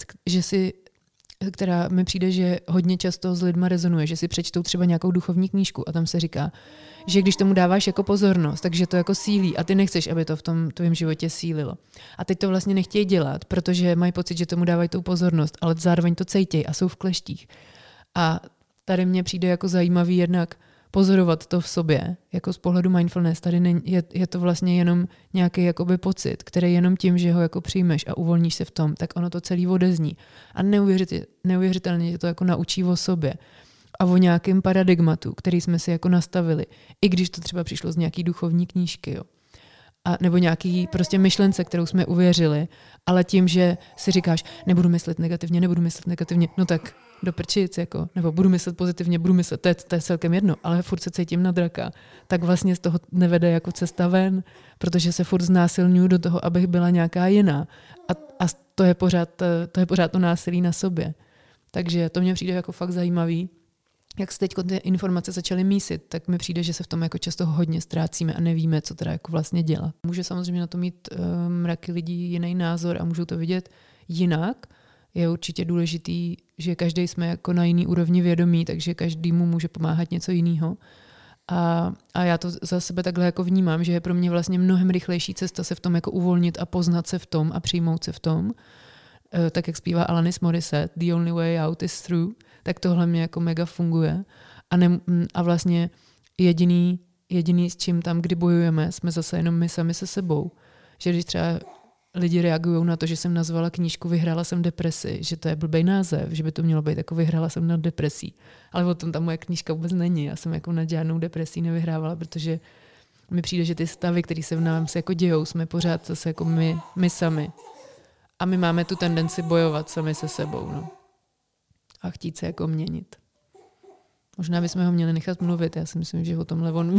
která mi přijde, že hodně často s lidma rezonuje, že si přečtou třeba nějakou duchovní knížku a tam se říká, že když tomu dáváš jako pozornost, takže to jako sílí a ty nechceš, aby to v tom tvém životě sílilo. A teď to vlastně nechtějí dělat, protože mají pocit, že tomu dávají tu pozornost, ale zároveň to cejtějí a jsou v kleštích. A tady mně přijde jako zajímavý jednak pozorovat to v sobě, jako z pohledu mindfulness. Tady je to vlastně jenom nějaký jakoby pocit, který jenom tím, že ho jako přijmeš a uvolníš se v tom, tak ono to celý odezní. A neuvěřitelně tě to jako naučí o sobě a o nějakém paradigmatu, který jsme si jako nastavili, i když to třeba přišlo z nějaký duchovní knížky, jo. A nebo nějaký prostě myšlence, kterou jsme uvěřili, ale tím, že si říkáš, nebudu myslet negativně, no tak do prčic, jako, nebo budu myslet pozitivně, to je celkem jedno, ale furt se cítím na draka, tak vlastně z toho nevede jako cesta ven, protože se furt znásilňuju do toho, abych byla nějaká jiná. A to je pořád to násilí na sobě. Takže to mně přijde jako fakt zajímavý. Jak se teď ty informace začaly mísit, tak mi přijde, že se v tom jako často hodně ztrácíme a nevíme, co teda jako vlastně dělat. Může samozřejmě na to mít mraky lidí jiný názor a můžou to vidět jinak. Je určitě důležitý, že každý jsme jako na jiný úrovni vědomí, takže každému může pomáhat něco jiného. A já to za sebe takhle jako vnímám, že je pro mě vlastně mnohem rychlejší cesta se v tom jako uvolnit a poznat se v tom a přijmout se v tom. Tak jak zpívá Alanis Morissette, The only way out is through, tak tohle mě jako mega funguje. A vlastně jediný s čím tam, kdy bojujeme, jsme zase jenom my sami se sebou. Že když třeba lidi reagují na to, že jsem nazvala knížku Vyhrála jsem depresi, že to je blbej název, že by to mělo být jako Vyhrála jsem nad depresí. Ale o tom ta moje knížka vůbec není. Já jsem jako nad žádnou depresí nevyhrávala, protože mi přijde, že ty stavy, které se v nás jako dějou, jsme pořád zase jako my sami. A my máme tu tendenci bojovat sami se sebou. No. A chtít se jako měnit. Možná bychom ho měli nechat mluvit. Já si myslím, že o tomhle on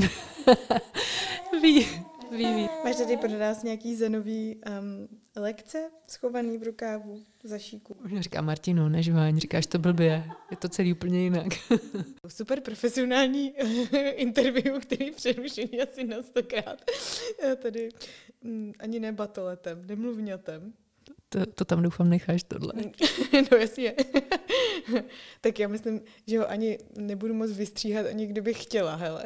ví. Máš tady pro nás nějaký zenový lekce schovaný v rukávu za šíku? Možná říká Martino, nežváň, říkáš to blbě. Je to celý úplně jinak. Super profesionální interview, který přerušený asi na 100krát. Tady ani ne batoletem, nemluvňatem. To tam doufám necháš tohle. No jasně. Tak já myslím, že ho ani nebudu moc vystříhat, ani kdybych chtěla, hele.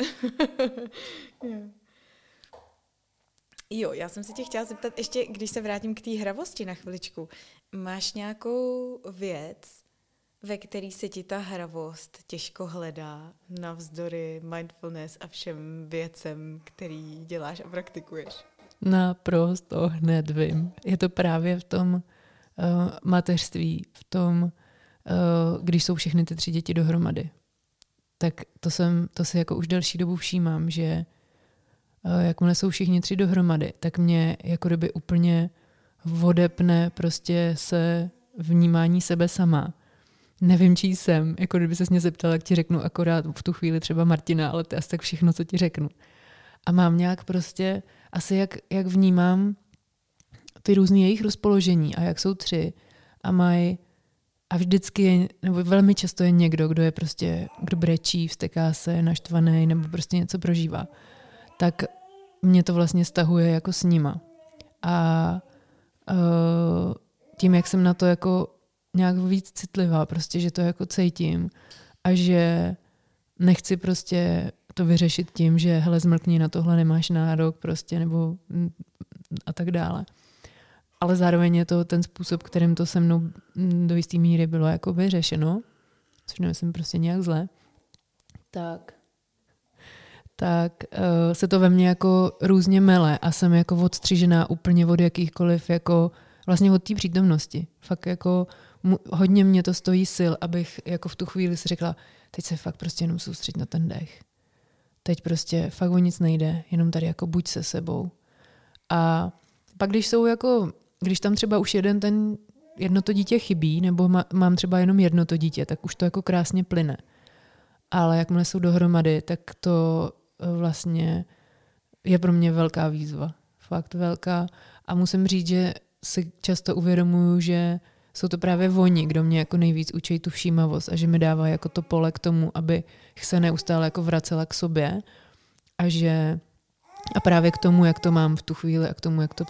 Jo, já jsem se tě chtěla zeptat, ještě když se vrátím k té hravosti na chviličku, máš nějakou věc, ve který se ti ta hravost těžko hledá navzdory mindfulness a všem věcem, který děláš a praktikuješ? Naprosto hned vím. Je to právě v tom mateřství, v tom, když jsou všechny ty 3 děti dohromady. Tak to si jako už delší dobu všímám, že jakmile jsou všichni 3 dohromady, tak mě jako kdyby úplně odepne prostě se vnímání sebe sama. Nevím, čí jsem. Jako kdyby ses mě zeptala, jak ti řeknu akorát v tu chvíli třeba Martina, ale to je asi tak všechno, co ti řeknu. A mám nějak prostě asi jak vnímám ty různý jejich rozpoložení a jak jsou 3 a mají a vždycky je, nebo velmi často je někdo, kdo je prostě, kdo brečí, vzteká se, naštvaný nebo prostě něco prožívá. Tak mě to vlastně stahuje jako s nima. A tím, jak jsem na to jako nějak víc citlivá, prostě, že to jako cítím a že nechci prostě to vyřešit tím, že hele, zmlkni, na tohle nemáš nárok prostě, nebo a tak dále. Ale zároveň je to ten způsob, kterým to se mnou do jisté míry bylo jako vyřešeno, což nemyslím prostě nějak zle, tak se to ve mně jako různě mele a jsem jako odstřižená úplně od jakýchkoliv jako vlastně od té přítomnosti. Fakt jako hodně mě to stojí sil, abych jako v tu chvíli si řekla, teď se fakt prostě jenom soustředit na ten dech. Teď prostě fakt o nic nejde, jenom tady jako buď se sebou. A pak když tam třeba už jedno to dítě chybí, nebo mám třeba jenom jedno to dítě, tak už to jako krásně plyne. Ale jakmile jsou dohromady, tak to vlastně je pro mě velká výzva. fakt velká. A musím říct, že si často uvědomuju, že jsou to právě oni, kdo mě jako nejvíc učí tu všímavost a že mi dává jako to pole k tomu, abych se neustále jako vracela k sobě a právě k tomu, jak to mám v tu chvíli a k tomu, jak to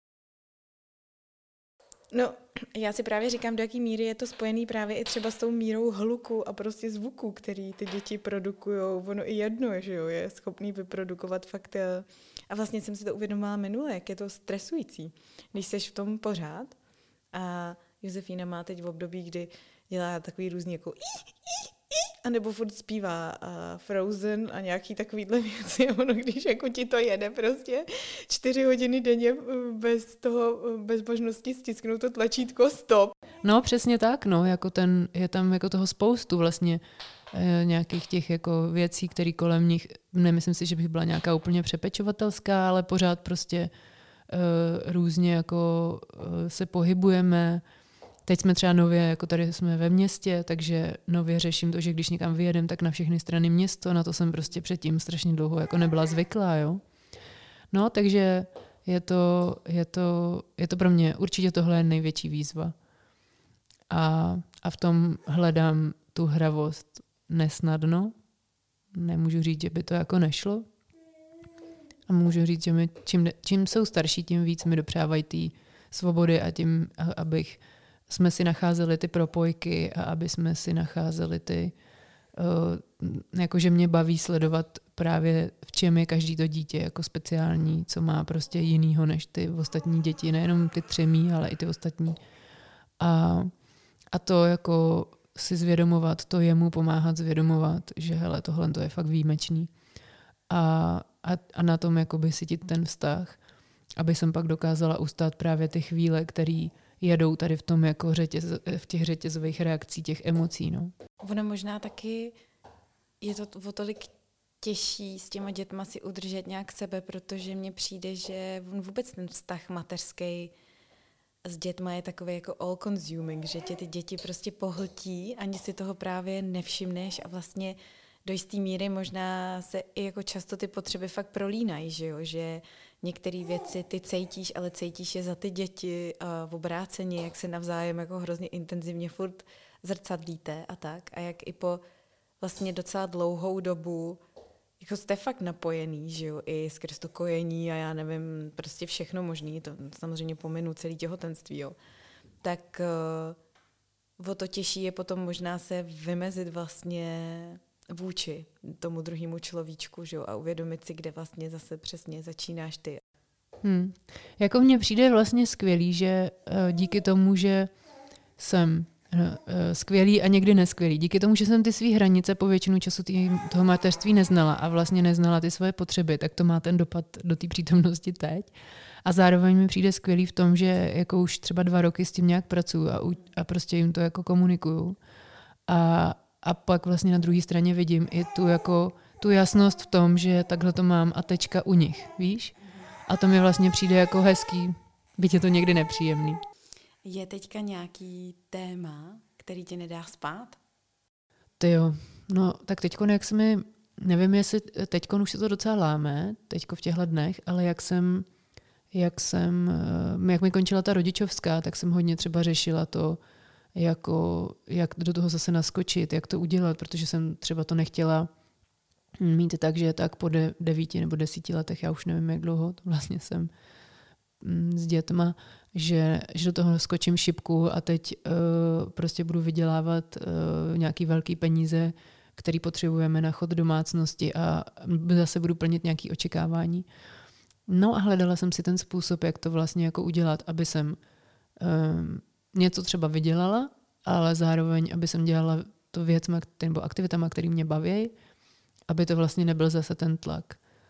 No, já si právě říkám, do jaký míry je to spojený právě i třeba s tou mírou hluku a prostě zvuku, který ty děti produkujou. Ono i jedno, že jo, je schopný vyprodukovat fakt. A vlastně jsem si to uvědomila minule, jak je to stresující, když seš v tom pořád. A Josefína má teď v období, kdy dělá takový různý jako a nebo furt zpívá Frozen a nějaký takovýhle věci. Ono, když jako ti to jede prostě 4 hodiny denně bez možnosti stisknout to tlačítko stop. No přesně tak, no, jako je tam jako toho spoustu vlastně nějakých těch jako věcí, které kolem nich, nemyslím si, že bych byla nějaká úplně přepečovatelská, ale pořád prostě různě jako se pohybujeme. Teď jsme třeba nově, jako tady jsme ve městě, takže nově řeším to, že když někam vyjedem, tak na všechny strany město, na to jsem prostě předtím strašně dlouho jako nebyla zvyklá, jo. No, takže je to pro mě, určitě tohle je největší výzva. A v tom hledám tu hravost nesnadno. Nemůžu říct, že by to jako nešlo. A můžu říct, že čím jsou starší, tím víc mi dopřávají té svobody a tím, jsme si nacházeli ty propojky a aby jsme si nacházeli ty, jakože mě baví sledovat právě v čem je každý to dítě jako speciální, co má prostě jinýho než ty ostatní děti, nejenom ty 3 mý, ale i ty ostatní. A to jako si zvědomovat, to jemu pomáhat zvědomovat, že hele, tohle to je fakt výjimečný. A na tom jakoby cítit ten vztah, aby jsem pak dokázala ustát právě ty chvíle, které jedou tady v tom jako v těch řetězových reakcí těch emocí. No. Ono možná taky je to o tolik těžší s těma dětma si udržet nějak sebe, protože mně přijde, že vůbec ten vztah mateřský s dětma je takový jako all consuming, že tě ty děti prostě pohltí, ani si toho právě nevšimneš a vlastně do jistý míry možná se i jako často ty potřeby fakt prolínají, že jo, že některé věci ty cítíš, ale cítíš je za ty děti a v obráceně, jak se navzájem jako hrozně intenzivně furt zrcadlíte a tak. A jak i po vlastně docela dlouhou dobu jako jste fakt napojený, že jo, i skrz to kojení a já nevím, prostě všechno možný, to samozřejmě pominu celý těhotenství, jo. Tak o to těžší je potom možná se vymezit vlastně vůči tomu druhému človíčku, že jo, a uvědomit si, kde vlastně zase přesně začínáš ty. Jako mně přijde vlastně skvělý, že díky tomu, že jsem skvělý a někdy neskvělý, díky tomu, že jsem ty svý hranice po většinu času toho mateřství neznala a vlastně neznala ty svoje potřeby, tak to má ten dopad do té přítomnosti teď. A zároveň mi přijde skvělý v tom, že jako už třeba 2 roky s tím nějak pracuju a prostě jim to jako komunikuju. A pak vlastně na druhé straně vidím i tu jasnost v tom, že takhle to mám a tečka u nich, víš? A to mi vlastně přijde jako hezký, byť je to někdy nepříjemný. Je teďka nějaký téma, který tě nedá spát? Tyjo, no tak teďkon, nevím, jestli teďkon už se to docela láme, teďko v těchto dnech, ale jak mi končila ta rodičovská, tak jsem hodně třeba řešila to, jak do toho zase naskočit, jak to udělat, protože jsem třeba to nechtěla mít tak, že tak po 9 nebo 10 letech, já už nevím, jak dlouho, to vlastně jsem s dětma, že do toho skočím šipku a teď prostě budu vydělávat nějaký velký peníze, který potřebujeme na chod domácnosti a zase budu plnit nějaké očekávání. No a hledala jsem si ten způsob, jak to vlastně jako udělat, aby jsem něco třeba vydělala, ale zároveň, aby jsem dělala to věcma nebo aktivitama, které mě baví, aby to vlastně nebyl zase ten tlak.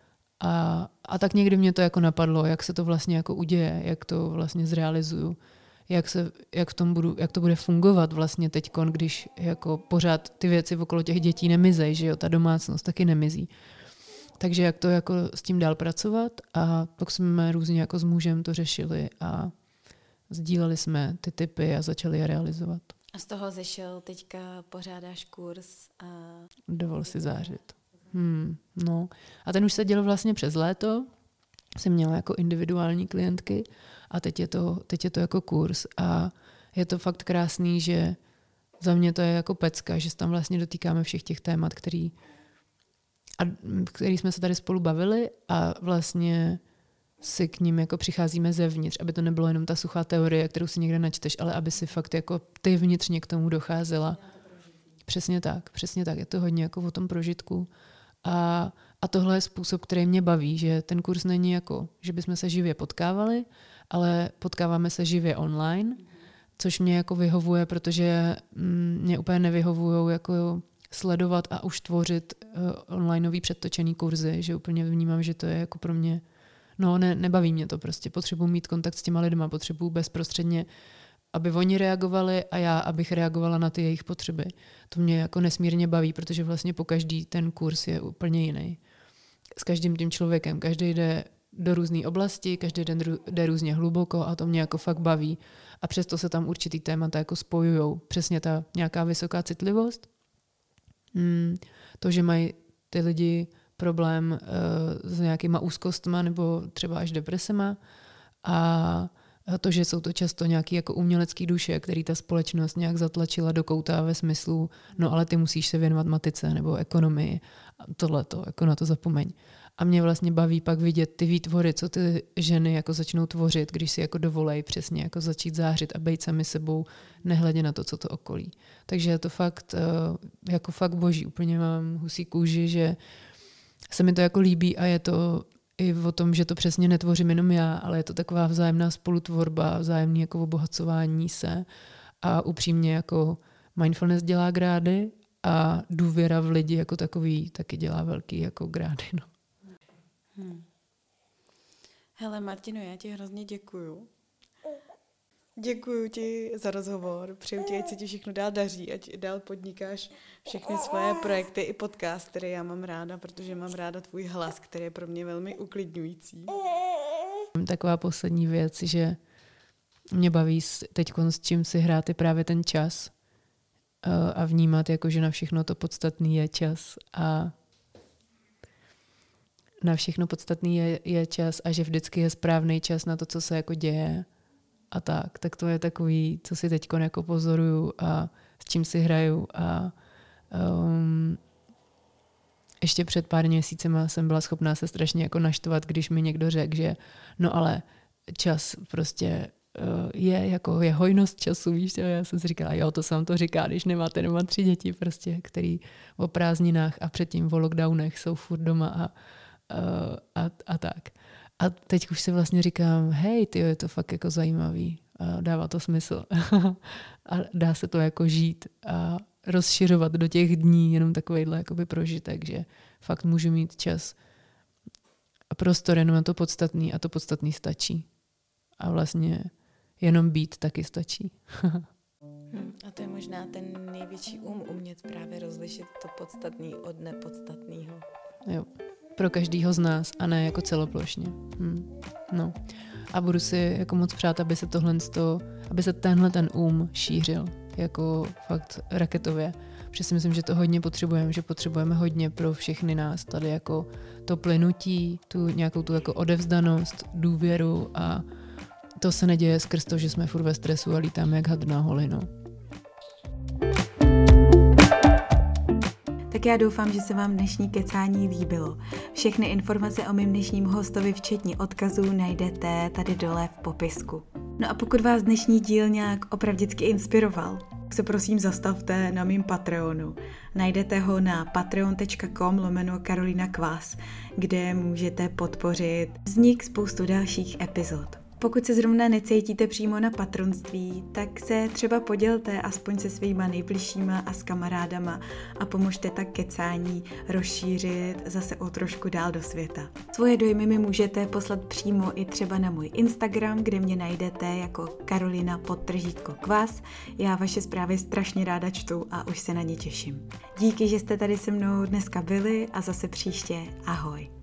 A tak někdy mě to jako napadlo, jak se to vlastně jako uděje, jak to vlastně zrealizuju, jak to bude fungovat vlastně teďkon, když jako pořád ty věci okolo těch dětí nemizej, že jo, ta domácnost taky nemizí. Takže jak to jako s tím dál pracovat a pak jsme různě jako s mužem to řešili a sdíleli jsme ty tipy a začali je realizovat. A z toho zešel, teďka pořádáš kurz a... Dovol si zářit. No. A ten už se děl vlastně přes léto jsem měla jako individuální klientky a teď je to jako kurz a je to fakt krásný, že za mě to je jako pecka, že se tam vlastně dotýkáme všech těch témat, který jsme se tady spolu bavili a vlastně si k ním jako přicházíme zevnitř, aby to nebylo jenom ta suchá teorie, kterou si někde načteš, ale aby si fakt jako ty vnitřně k tomu docházela. Přesně tak. Je to hodně jako o tom prožitku. A tohle je způsob, který mě baví, že ten kurz není jako, že bychom se živě potkávali, ale potkáváme se živě online, což mě jako vyhovuje, protože mě úplně nevyhovujou jako sledovat a už tvořit onlineový předtočený kurzy, že úplně vnímám, že to je jako pro mě, nebaví mě to prostě. Potřebuji mít kontakt s těma lidma, potřebuji bezprostředně, aby oni reagovali a já, abych reagovala na ty jejich potřeby. To mě jako nesmírně baví, protože vlastně po každý ten kurz je úplně jiný. S každým tím člověkem, každý jde do různé oblasti, každý den jde různě hluboko a to mě jako fakt baví. A přesto se tam určitý témata jako spojujou. Přesně ta nějaká vysoká citlivost, to, že mají ty lidi problém s nějakýma úzkostma nebo třeba až depresema a to, že jsou to často nějaký jako umělecký duše, který ta společnost nějak zatlačila do kouta ve smyslu, ale ty musíš se věnovat matice nebo ekonomii a tohleto, jako na to zapomeň. A mě vlastně baví pak vidět ty výtvory, co ty ženy jako začnou tvořit, když si jako dovolej přesně jako začít zářit a být sami sebou, nehledě na to, co to okolí. Takže je to fakt, jako fakt boží. Úplně mám husí kůži, že se mi to jako líbí a je to i o tom, že to přesně netvořím jenom já, ale je to taková vzájemná spolutvorba, vzájemný jako obohacování se a upřímně jako mindfulness dělá grády a důvěra v lidi jako takový taky dělá velký jako grády. No. Hele Martino, já ti hrozně děkuju. Děkuju ti za rozhovor, přeju ti, ať se ti všechno dál daří, ať dál podnikáš všechny svoje projekty i podcast, které já mám ráda, protože mám ráda tvůj hlas, který je pro mě velmi uklidňující. Taková poslední věc, že mě baví teď s čím si hrát je právě ten čas a vnímat, jako, že na všechno to podstatný je čas a na všechno podstatný je čas a že vždycky je správný čas na to, co se jako děje. A tak to je takový, co si teď jako pozoruju a s čím si hraju a ještě před pár měsícema jsem byla schopná se strašně jako naštvat, když mi někdo řekl, že ale čas prostě je hojnost času, víš, a já jsem si říkala, jo, to sám to říká, když nemáte doma 3 děti prostě, který o prázdninách a předtím o lockdownech jsou furt doma a tak. A teď už si vlastně říkám, hej, tyjo, je to fakt jako zajímavý a dává to smysl. A dá se to jako žít a rozšiřovat do těch dní jenom takovejhle jakoby prožitek, že fakt můžu mít čas a prostor jenom na to podstatný a to podstatný stačí. A vlastně jenom být taky stačí. A to je možná ten největší umět právě rozlišit to podstatný od nepodstatného. Jo. Pro každýho z nás a ne jako celoplošně. No. A budu si jako moc přát, aby se tenhle ten šířil jako fakt raketově. Protože si myslím, že to hodně potřebujeme, že potřebujeme hodně pro všechny nás tady jako to plynutí, nějakou tu jako odevzdanost, důvěru a to se neděje skrz to, že jsme furt ve stresu a lítáme jak had na holinu. Tak já doufám, že se vám dnešní kecání líbilo. Všechny informace o mým dnešním hostovi, včetně odkazů, najdete tady dole v popisku. No a pokud vás dnešní díl nějak opravdicky inspiroval, tak se prosím zastavte na mým Patreonu. Najdete ho na patreon.com/Karolina Kvás, kde můžete podpořit vznik spoustu dalších epizod. Pokud se zrovna necítíte přímo na patronství, tak se třeba podělte aspoň se svýma nejbližšíma a s kamarádama a pomožte tak kecání rozšířit zase o trošku dál do světa. Svoje dojmy mi můžete poslat přímo i třeba na můj Instagram, kde mě najdete jako Karolina_Kvás. Já vaše zprávy strašně ráda čtu a už se na ně těším. Díky, že jste tady se mnou dneska byli a zase příště. Ahoj.